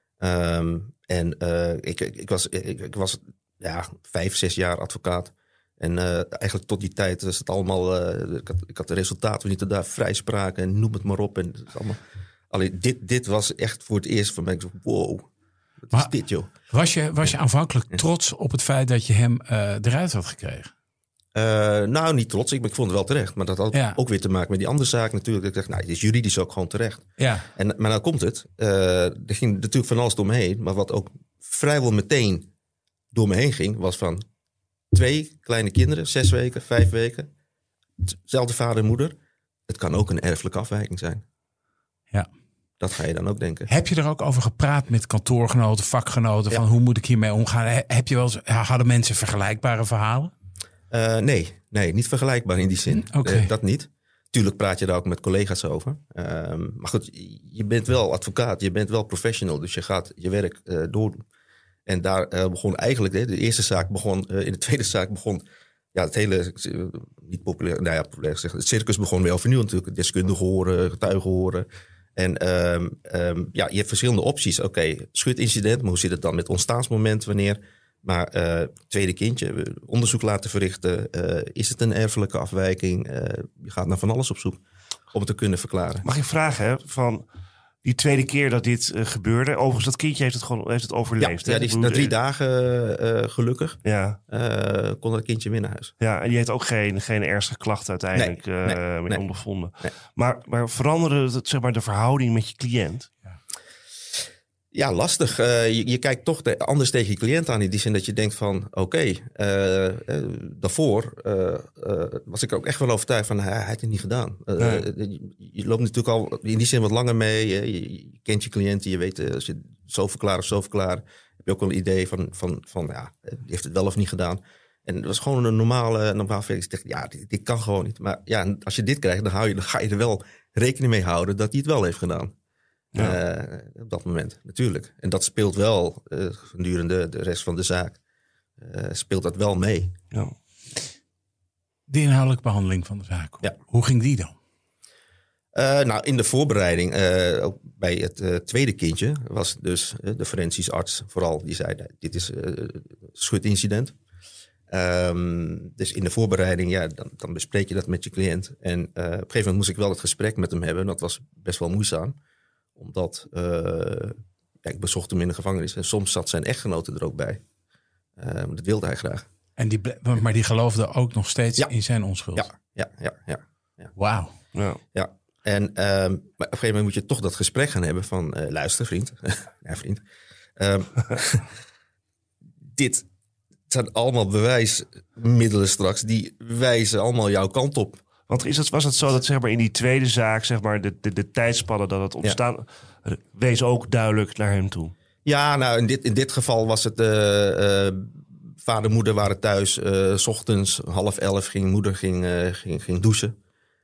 [SPEAKER 3] Ik was 5-6 jaar advocaat. En eigenlijk tot die tijd was het allemaal... Ik had de resultaten niet daar vrijspraken en noem het maar op. En het is allemaal, alleen dit was echt voor het eerst voor mij. Wow, wat is dit, joh?
[SPEAKER 4] Was je aanvankelijk trots op het feit dat je hem eruit had gekregen?
[SPEAKER 3] Nou, niet trots. Ik vond het wel terecht. Maar dat had ook weer te maken met die andere zaak natuurlijk. Ik dacht, het is juridisch ook gewoon terecht.
[SPEAKER 4] Ja.
[SPEAKER 3] Maar nou komt het. Er ging natuurlijk van alles door me heen. Maar wat ook vrijwel meteen door me heen ging, was van 2 kleine kinderen, 6 weken, 5 weken. Hetzelfde vader en moeder. Het kan ook een erfelijke afwijking zijn.
[SPEAKER 4] Ja.
[SPEAKER 3] Dat ga je dan ook denken.
[SPEAKER 4] Heb je er ook over gepraat met kantoorgenoten, vakgenoten? Van hoe moet ik hiermee omgaan? Hadden mensen vergelijkbare verhalen?
[SPEAKER 3] Nee, niet vergelijkbaar in die zin.
[SPEAKER 4] Okay.
[SPEAKER 3] Dat niet. Tuurlijk praat je daar ook met collega's over. Maar goed, je bent wel advocaat. Je bent wel professional. Dus je gaat je werk doordoen. En daar begon eigenlijk, de eerste zaak begon, in de tweede zaak begon, het hele, niet populair, populair gezegd, het circus begon weer overnieuw natuurlijk. Deskundigen horen, getuigen horen. En je hebt verschillende opties. Oké, schudincident, maar hoe zit het dan met ontstaansmoment, wanneer? Maar tweede kindje, onderzoek laten verrichten. Is het een erfelijke afwijking? Je gaat naar van alles op zoek om het te kunnen verklaren.
[SPEAKER 5] Mag ik vragen, van die tweede keer dat dit gebeurde? Overigens, dat kindje heeft het overleefd.
[SPEAKER 3] Ja, die is na 3 dagen gelukkig. Ja. Kon dat kindje weer naar huis.
[SPEAKER 5] Ja, en die heeft ook geen ernstige klachten uiteindelijk mee ondervonden. Nee. Maar veranderde het, zeg maar, de verhouding met je cliënt?
[SPEAKER 3] Ja, lastig. Je kijkt toch anders tegen je cliënt aan in die zin dat je denkt van daarvoor was ik er ook echt wel overtuigd van hij heeft het niet gedaan. Je loopt natuurlijk al in die zin wat langer mee. Je kent je cliënten, je weet als je zo verklaren, heb je ook wel een idee van die heeft het wel of niet gedaan. En het was gewoon een normaal feest. Ik dacht, dit kan gewoon niet. Maar ja, als je dit krijgt, dan ga je er wel rekening mee houden dat hij het wel heeft gedaan. Ja. Op dat moment, natuurlijk. En dat speelt wel gedurende de rest van de zaak. Speelt dat wel mee. Ja.
[SPEAKER 4] De inhoudelijke behandeling van de zaak. Ja. Hoe ging die dan?
[SPEAKER 3] In de voorbereiding, ook bij het tweede kindje, was dus de forensisch arts vooral. Die zei, dit is schudincident. Dus in de voorbereiding, dan bespreek je dat met je cliënt. En op een gegeven moment moest ik wel het gesprek met hem hebben. Dat was best wel moeizaam. Omdat ik bezocht hem in de gevangenis. En soms zat zijn echtgenote er ook bij. Dat wilde hij graag.
[SPEAKER 4] En maar die geloofde ook nog steeds in zijn onschuld?
[SPEAKER 3] Ja.
[SPEAKER 4] Wauw.
[SPEAKER 3] Ja. En maar op een gegeven moment moet je toch dat gesprek gaan hebben van... luister, vriend. Ja, vriend. Dit zijn allemaal bewijsmiddelen straks. Die wijzen allemaal jouw kant op.
[SPEAKER 5] Want was het zo dat, zeg maar, in die tweede zaak, zeg maar, de tijdspannen dat het ontstaan, wees ook duidelijk naar hem toe? Ja, nou, in dit geval was het vader en moeder waren thuis. 's Ochtends 10:30 ging moeder ging douchen.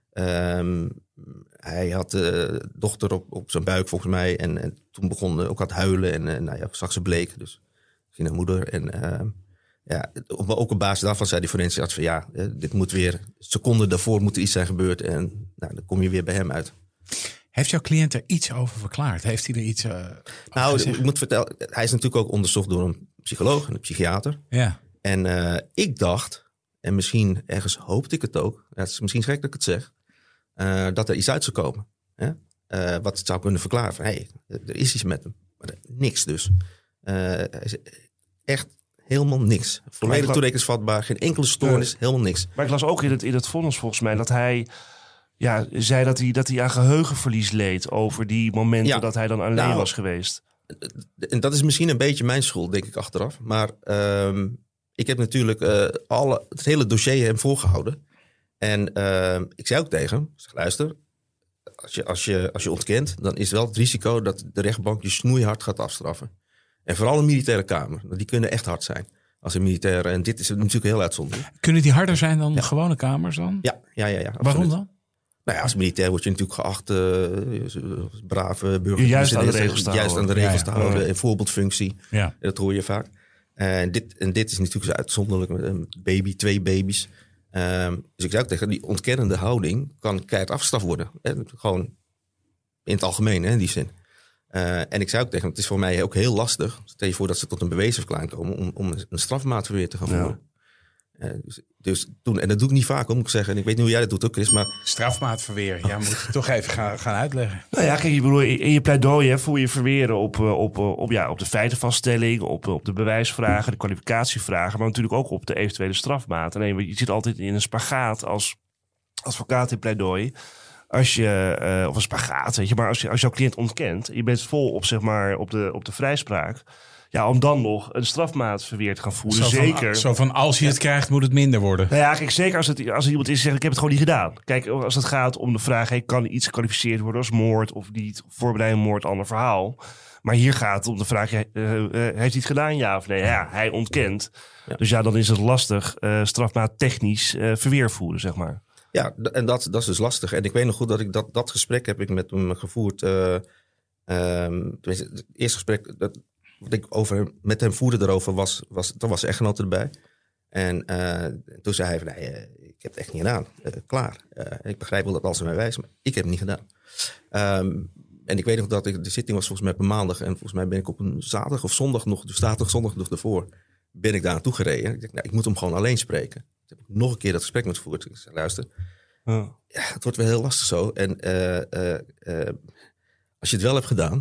[SPEAKER 5] Hij had de dochter op zijn buik volgens mij. En toen begon ook aan het huilen. En zag ze bleek. Dus ging naar moeder. En ook op basis daarvan zei die forensische arts van dit moet weer seconden daarvoor moet er iets zijn gebeurd. En dan kom je weer bij hem uit.
[SPEAKER 4] Heeft jouw cliënt er iets over verklaard? Heeft hij er iets
[SPEAKER 3] ik moet vertellen, hij is natuurlijk ook onderzocht door een psycholoog en een psychiater. Ja. En ik dacht, en misschien ergens hoopte ik het ook, het is misschien gek dat ik het zeg, dat er iets uit zou komen. Wat het zou kunnen verklaren van, er is iets met hem. Maar niks dus. Hij is echt helemaal niks. Volledig toerekeningsvatbaar, geen enkele stoornis, helemaal niks.
[SPEAKER 5] Maar ik las ook in het vonnis volgens mij dat hij zei dat hij aan geheugenverlies leed over die momenten dat hij dan alleen was geweest.
[SPEAKER 3] En dat is misschien een beetje mijn schuld, denk ik achteraf. Maar ik heb natuurlijk het hele dossier hem voorgehouden. En ik zei ook tegen hem, luister, als je ontkent, dan is wel het risico dat de rechtbank je snoeihard gaat afstraffen. En vooral een militaire kamer. Die kunnen echt hard zijn. Als een militaire. En dit is natuurlijk heel uitzonderlijk.
[SPEAKER 4] Kunnen die harder zijn dan gewone kamers dan?
[SPEAKER 3] Ja.
[SPEAKER 4] Waarom dan?
[SPEAKER 3] Nou ja, als militair word je natuurlijk geacht brave burger.
[SPEAKER 5] Juist aan de regels te houden.
[SPEAKER 3] Juist aan de regels te houden. Een voorbeeldfunctie.
[SPEAKER 4] Ja.
[SPEAKER 3] Dat hoor je vaak. En dit is natuurlijk zo uitzonderlijk. Een baby, 2 baby's. Dus ik zou ook zeggen, die ontkennende houding kan keihard afgestraft worden. Gewoon in het algemeen, in die zin. En ik zou ook zeggen, het is voor mij ook heel lastig. Stel je voor dat ze tot een bewezenverklaring komen om een strafmaatverweer te gaan voeren. Dus toen, en dat doe ik niet vaak, moet ik zeggen. En ik weet niet hoe jij dat doet ook, Chris. Maar
[SPEAKER 4] Strafmaatverweer. Ja, moet ik toch even gaan uitleggen.
[SPEAKER 5] Nou ja, kijk, ik bedoel, in je pleidooi voel je verweren op de feitenvaststelling, op de bewijsvragen, de kwalificatievragen, maar natuurlijk ook op de eventuele strafmaat. En je zit altijd in een spagaat als advocaat in pleidooi. Of een spagaat, weet je, maar als jouw cliënt ontkent, je bent vol op, zeg maar, op de vrijspraak. Ja, om dan nog een strafmaatverweer te gaan voeren.
[SPEAKER 4] Zo van als je het krijgt, moet het minder worden.
[SPEAKER 5] Nou ja, kijk, zeker als er iemand is die zegt, ik heb het gewoon niet gedaan. Kijk, als het gaat om de vraag, kan iets gekwalificeerd worden als moord of niet? Voorbereiding moord, ander verhaal. Maar hier gaat het om de vraag, heeft hij het gedaan, ja of nee? Ja, hij ontkent. Ja. Dus ja, dan is het lastig strafmaat technisch verweer voeren, zeg maar.
[SPEAKER 3] Ja, en dat is dus lastig. En ik weet nog goed dat ik dat gesprek heb ik met hem gevoerd. Het eerste gesprek wat ik met hem voerde erover toen was de echtgenote erbij. En toen zei hij van, nee, ik heb het echt niet gedaan. Klaar. Ik begrijp wel dat alles mij wijst, maar ik heb het niet gedaan. En ik weet nog dat de zitting was volgens mij op een maandag. En volgens mij ben ik op een zaterdag of zondag nog, dus zondag nog ervoor, ben ik daar naartoe gereden. Ik dacht, nou, ik moet hem gewoon alleen spreken. Toen heb ik nog een keer dat gesprek met voerd. Ik zei, luister, ja, het wordt wel heel lastig zo. En als je het wel hebt gedaan,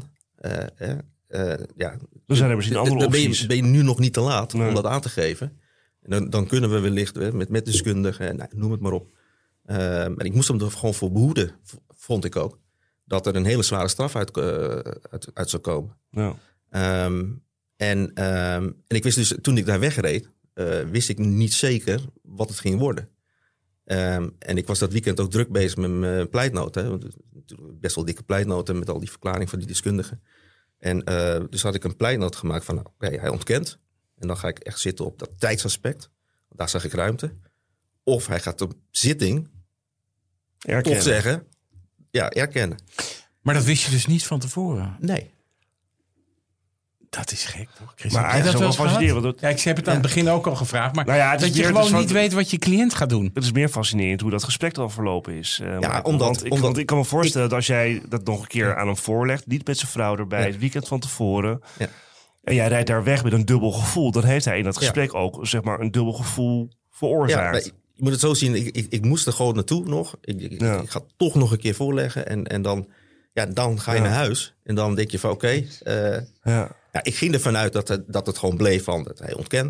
[SPEAKER 5] dan zijn er misschien andere opties.
[SPEAKER 3] Ben je nu nog niet te laat om dat aan te geven. En dan kunnen we wellicht met deskundigen, noem het maar op. En ik moest hem er gewoon voor behoeden, vond ik ook. Dat er een hele zware straf uit zou komen. Ja. En ik wist dus, toen ik daar wegreed, wist ik niet zeker wat het ging worden. En ik was dat weekend ook druk bezig met mijn pleitnoten. Best wel dikke pleitnoten met al die verklaringen van die deskundigen. En dus had ik een pleitnoot gemaakt van, oké, hij ontkent. En dan ga ik echt zitten op dat tijdsaspect. Want daar zag ik ruimte. Of hij gaat op zitting toch zeggen, erkennen.
[SPEAKER 4] Maar dat wist je dus niet van tevoren?
[SPEAKER 3] Nee.
[SPEAKER 4] Dat is gek, toch, Chris?
[SPEAKER 5] Maar heb je dat wel fascinerend.
[SPEAKER 4] Ja, ik heb het aan het begin ook al gevraagd. Maar dat je gewoon niet weet wat je cliënt gaat doen.
[SPEAKER 5] Het is meer fascinerend hoe dat gesprek dan verlopen is. Want ik kan me voorstellen dat als jij dat nog een keer aan hem voorlegt, niet met zijn vrouw erbij, het weekend van tevoren, en jij rijdt daar weg met een dubbel gevoel, dan heeft hij in dat gesprek ook, zeg maar, een dubbel gevoel veroorzaakt.
[SPEAKER 3] Ja, je moet het zo zien. Ik moest er gewoon naartoe nog. Ik ga toch nog een keer voorleggen. En dan ga je naar huis. En dan denk je van oké. Ik ging ervan uit dat het gewoon bleef van dat hij ontkent.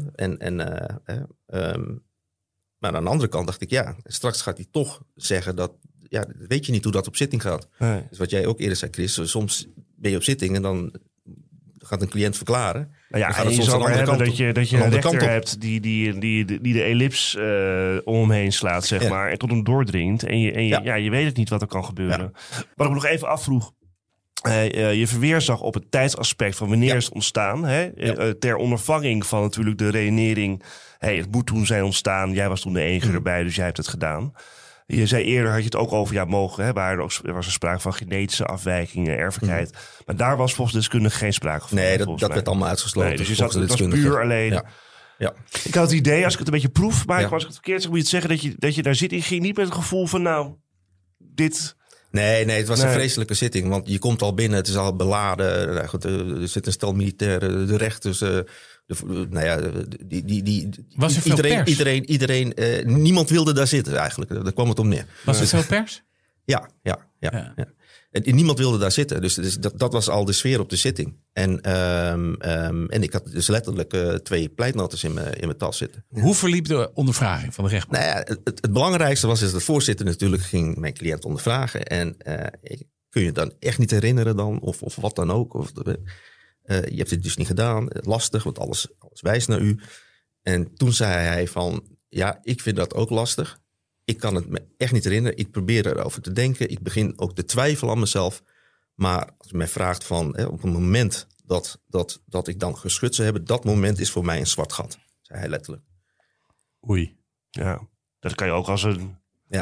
[SPEAKER 3] Maar aan de andere kant dacht ik, straks gaat hij toch zeggen dat, weet je niet hoe dat op zitting gaat. Nee. Dus wat jij ook eerder zei, Chris, soms ben je op zitting en dan gaat een cliënt verklaren.
[SPEAKER 5] En je zal maar hebben dat je een rechter hebt die de ellips om hem heen slaat, zeg maar, en tot hem doordringt. En je weet het niet wat er kan gebeuren. Ja. Wat ik me nog even afvroeg, je verweer zag op het tijdsaspect van wanneer is het ontstaan. Ter ondervanging van natuurlijk de redenering. Het moet toen zijn ontstaan. Jij was toen de enige erbij, dus jij hebt het gedaan. Je zei eerder, had je het ook over, er was er sprake van genetische afwijkingen, erfelijkheid. Maar daar was volgens de deskundige geen sprake van.
[SPEAKER 3] Nee, dat werd allemaal uitgesloten.
[SPEAKER 5] Nee, dus het was puur alleen. Ja. Ik had het idee, als ik het een beetje proef, maar als ik het verkeerd zeg, moet je het zeggen dat je daar zit. Je ging niet met het gevoel van, dit.
[SPEAKER 3] Nee, het was een vreselijke zitting. Want je komt al binnen, het is al beladen. Er zit een stel militairen, de rechters.
[SPEAKER 4] Was er veel pers?
[SPEAKER 3] Iedereen, niemand wilde daar zitten eigenlijk. Daar kwam het om neer.
[SPEAKER 4] Was er veel pers?
[SPEAKER 3] Ja. En niemand wilde daar zitten. Dus dat was al de sfeer op de zitting. En ik had dus letterlijk 2 pleitnotes in mijn tas zitten.
[SPEAKER 4] Hoe verliep de ondervraging van de rechtbank?
[SPEAKER 3] Nou ja, het belangrijkste was dat de voorzitter natuurlijk ging mijn cliënt ondervragen. En kun je het dan echt niet herinneren dan? Of wat dan ook? Je hebt dit dus niet gedaan. Lastig, want alles wijst naar u. En toen zei hij van, ik vind dat ook lastig. Ik kan het me echt niet herinneren. Ik probeer erover te denken. Ik begin ook te twijfelen aan mezelf. Maar als je mij vraagt van op een moment dat ik dan geschud zou hebben, dat moment is voor mij een zwart gat, zei hij letterlijk.
[SPEAKER 5] Oei. Ja, dat kan je ook als een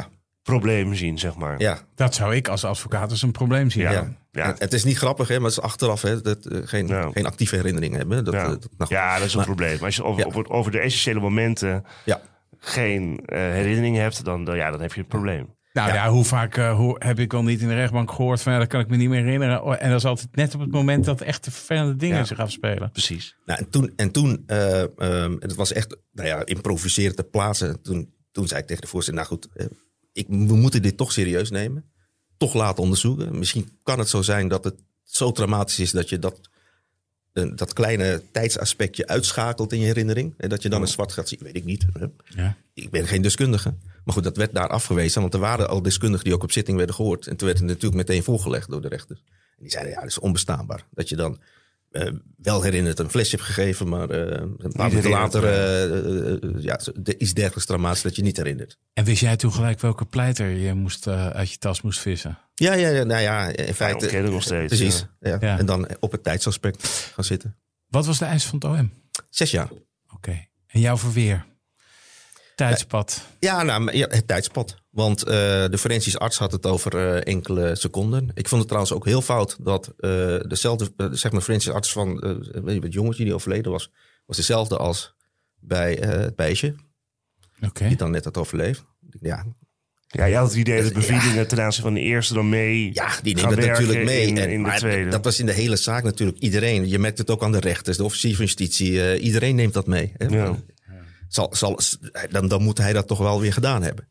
[SPEAKER 5] probleem zien, zeg maar.
[SPEAKER 3] Ja.
[SPEAKER 4] Dat zou ik als advocaat als een probleem zien.
[SPEAKER 5] Ja.
[SPEAKER 3] Het is niet grappig, hè, maar het is achteraf geen actieve herinnering hebben. Dat
[SPEAKER 5] is een probleem. Als je over de essentiële momenten geen herinnering hebt, dan heb je een probleem.
[SPEAKER 4] Nou hoe vaak heb ik al niet in de rechtbank gehoord van dat kan ik me niet meer herinneren. En dat is altijd net op het moment dat echt de vervelende dingen zich afspelen.
[SPEAKER 5] Precies.
[SPEAKER 3] Nou, het was echt improviseren ter plaatse. Toen zei ik tegen de voorzitter, nou goed, we moeten dit toch serieus nemen. Toch laten onderzoeken. Misschien kan het zo zijn dat het zo traumatisch is dat je dat kleine tijdsaspectje uitschakelt in je herinnering. En dat je dan een zwart gaat zien, weet ik niet. Ja. Ik ben geen deskundige. Maar goed, dat werd daar afgewezen. Want er waren al deskundigen die ook op zitting werden gehoord. En toen werd het natuurlijk meteen voorgelegd door de rechter. En die zeiden, dat is onbestaanbaar. Dat je dan wel herinnert een flesje hebt gegeven, maar een paar minuten later iets dergelijks traumatisch dat je niet herinnert.
[SPEAKER 4] En wist jij toen gelijk welke pleiter je uit je tas moest vissen?
[SPEAKER 3] Ja, in feite.
[SPEAKER 5] Ontkennen nog steeds.
[SPEAKER 3] Precies. Ja. En dan op het tijdsaspect gaan zitten.
[SPEAKER 4] Wat was de eis van het OM?
[SPEAKER 3] 6 jaar.
[SPEAKER 4] Oké. En jouw verweer? Tijdspad?
[SPEAKER 3] Het tijdspad. Want de forensisch arts had het over enkele seconden. Ik vond het trouwens ook heel fout dat dezelfde forensisch arts van het jongetje die overleden was dezelfde als bij het meisje.
[SPEAKER 4] Okay.
[SPEAKER 3] Die dan net had overleefd.
[SPEAKER 5] Ja, je had het idee dat bevindingen ten aanzien van de eerste dan mee.
[SPEAKER 3] Ja, die nemen het natuurlijk mee.
[SPEAKER 5] In de tweede.
[SPEAKER 3] Dat was in de hele zaak natuurlijk iedereen. Je merkt het ook aan de rechters, de officier van justitie. Iedereen neemt dat mee. Hè?
[SPEAKER 5] Ja.
[SPEAKER 3] Dan moet hij dat toch wel weer gedaan hebben.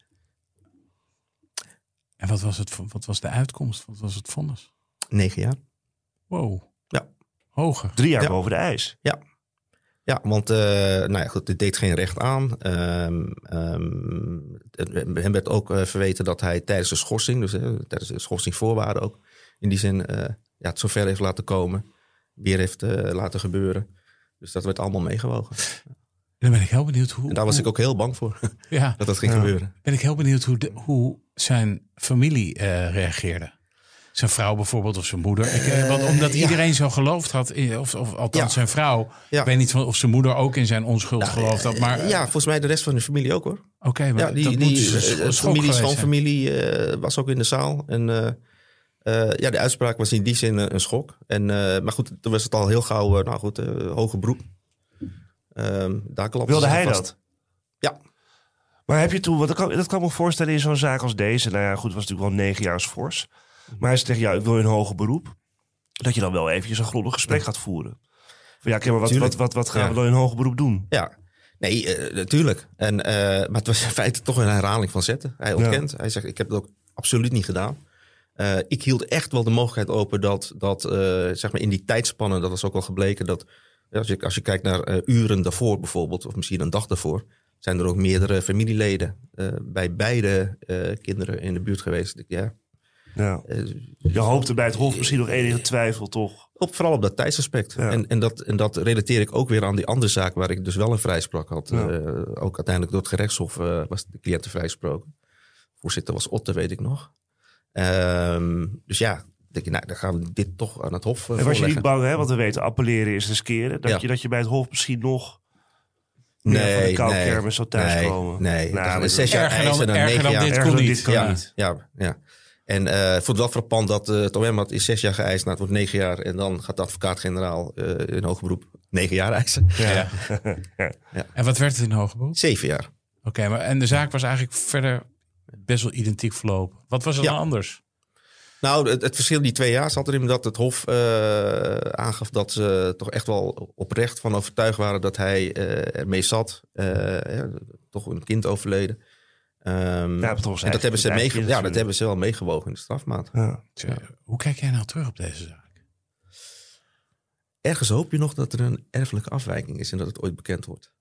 [SPEAKER 4] En wat was de uitkomst? Wat was het vonnis?
[SPEAKER 3] 9 jaar.
[SPEAKER 4] Wow.
[SPEAKER 3] Ja.
[SPEAKER 4] Hoger.
[SPEAKER 5] 3 jaar boven de eis.
[SPEAKER 3] Ja, want het deed geen recht aan. Hem werd ook verweten dat hij tijdens de schorsing, dus tijdens de schorsingvoorwaarden ook, in die zin het zover heeft laten komen. Weer heeft laten gebeuren. Dus dat werd allemaal meegewogen.
[SPEAKER 4] Dan ben ik heel benieuwd
[SPEAKER 3] en daar was ik ook heel bang voor, dat ging gebeuren.
[SPEAKER 4] Ben ik heel benieuwd hoe zijn familie reageerde. Zijn vrouw bijvoorbeeld of zijn moeder. Want omdat iedereen zo geloofd had, of althans zijn vrouw. Ja. Ik weet niet of zijn moeder ook in zijn onschuld geloofd had. Maar,
[SPEAKER 3] volgens mij de rest van de familie ook hoor.
[SPEAKER 4] Oké, maar
[SPEAKER 3] schoonfamilie was ook in de zaal. En de uitspraak was in die zin een schok. Maar goed, toen was het al heel gauw, hoger beroep. Daar
[SPEAKER 5] wilde hij
[SPEAKER 3] vast.
[SPEAKER 5] dat?
[SPEAKER 3] Ja.
[SPEAKER 5] Maar heb je toen, want dat kan me voorstellen in zo'n zaak als deze. Nou ja, goed, het was natuurlijk wel 9 jaar fors. Maar hij zegt tegen jou, ik wil een hoger beroep. Dat je dan wel eventjes een grondig gesprek gaat voeren. Van wat gaan we dan in een hoger beroep doen?
[SPEAKER 3] Ja, nee, natuurlijk. Maar het was in feite toch een herhaling van zetten. Hij ontkent. Ja. Hij zegt, ik heb het ook absoluut niet gedaan. Ik hield echt wel de mogelijkheid open dat zeg maar in die tijdspannen, dat is ook wel gebleken dat als je kijkt naar uren daarvoor bijvoorbeeld, of misschien een dag daarvoor, zijn er ook meerdere familieleden bij beide kinderen in de buurt geweest.
[SPEAKER 5] Je hoopte bij het Hof misschien nog enige twijfel, toch?
[SPEAKER 3] Vooral op dat tijdsaspect. Ja. En dat relateer ik ook weer aan die andere zaak waar ik dus wel een vrijspraak had. Ja. Ook uiteindelijk door het gerechtshof was de cliënte vrijgesproken. Voorzitter was Otte, weet ik nog. Dus ja, denk je, dan gaan we dit toch aan het Hof
[SPEAKER 5] voorleggen. En was je niet bang, hè? Want we weten, appelleren is riskeren. Dat je bij het Hof misschien nog van de koude kermis zou thuiskomen.
[SPEAKER 3] Nee. 6 jaar eisen en 9 jaar.
[SPEAKER 4] Dit kon niet.
[SPEAKER 3] Ja. En ik vond het wel frappant dat het OM had is 6 jaar geëist. Nou, het wordt 9 jaar. En dan gaat de advocaat-generaal in hoger beroep 9 jaar eisen.
[SPEAKER 4] Ja. En wat werd het in hoger beroep?
[SPEAKER 3] 7 jaar.
[SPEAKER 4] Oké, maar en de zaak was eigenlijk verder best wel identiek verlopen. Wat was er dan anders?
[SPEAKER 3] Nou, het verschil die 2 jaar zat erin dat het Hof aangaf dat ze toch echt wel oprecht van overtuigd waren dat hij ermee zat. Toch een kind overleden. En dat hebben ze dat hebben ze wel meegewogen in de strafmaat. Ja.
[SPEAKER 4] Hoe kijk jij nou terug op deze zaak?
[SPEAKER 3] Ergens hoop je nog dat er een erfelijke afwijking is en dat het ooit bekend wordt.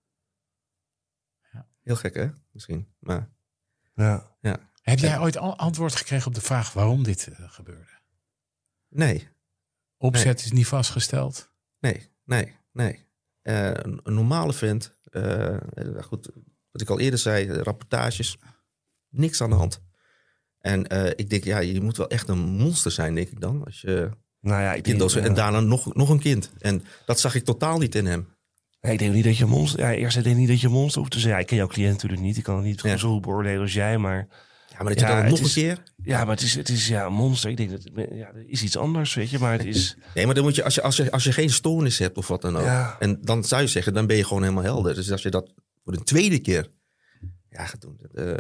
[SPEAKER 3] Ja. Heel gek, hè? Misschien. Maar
[SPEAKER 5] ja.
[SPEAKER 4] Heb jij ooit antwoord gekregen op de vraag waarom dit gebeurde?
[SPEAKER 3] Nee.
[SPEAKER 4] Opzet is niet vastgesteld?
[SPEAKER 3] Nee. Een normale vent. Goed, wat ik al eerder zei, rapportages. Niks aan de hand. En ik denk, je moet wel echt een monster zijn, denk ik dan. Als je en daarna nog een kind. En dat zag ik totaal niet in hem.
[SPEAKER 5] Ik denk niet dat je monster... Ja, eerst denk ik niet dat je monster hoeft te zijn. Ja, ik ken jouw cliënt natuurlijk niet. Ik kan het niet zo goed beoordelen als jij, maar
[SPEAKER 3] Ja, maar dat je dan nog een keer...
[SPEAKER 5] Ja, maar het is een monster. Ik denk dat er is iets anders, weet je. Maar het is...
[SPEAKER 3] Nee, maar dan moet je, als je geen stoornis hebt of wat dan ook. Ja. En dan zou je zeggen, dan ben je gewoon helemaal helder. Dus als je dat voor de tweede keer gaat doen.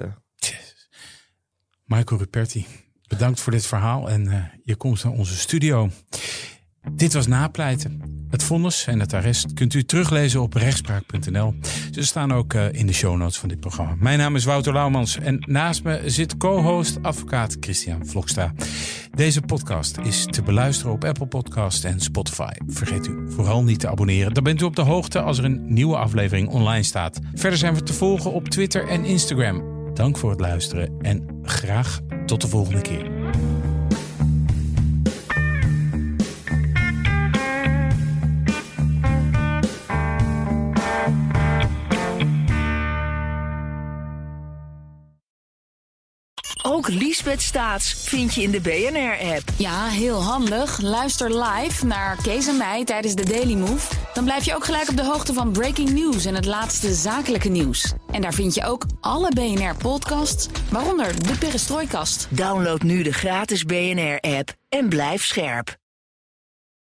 [SPEAKER 4] Michael Ruperti, bedankt voor dit verhaal en je komst naar onze studio. Dit was Napleiten. Het vonnis en het arrest kunt u teruglezen op rechtspraak.nl. Ze staan ook in de shownotes van dit programma. Mijn naam is Wouter Laumans en naast me zit co-host advocaat Christian Vlokstra. Deze podcast is te beluisteren op Apple Podcasts en Spotify. Vergeet u vooral niet te abonneren. Dan bent u op de hoogte als er een nieuwe aflevering online staat. Verder zijn we te volgen op Twitter en Instagram. Dank voor het luisteren en graag tot de volgende keer.
[SPEAKER 2] Ook Liesbeth Staats vind je in de BNR-app.
[SPEAKER 6] Ja, heel handig. Luister live naar Kees en mij tijdens de Daily Move. Dan blijf je ook gelijk op de hoogte van breaking news en het laatste zakelijke nieuws. En daar vind je ook alle BNR-podcasts, waaronder de Perestrooikast.
[SPEAKER 2] Download nu de gratis BNR-app en blijf scherp.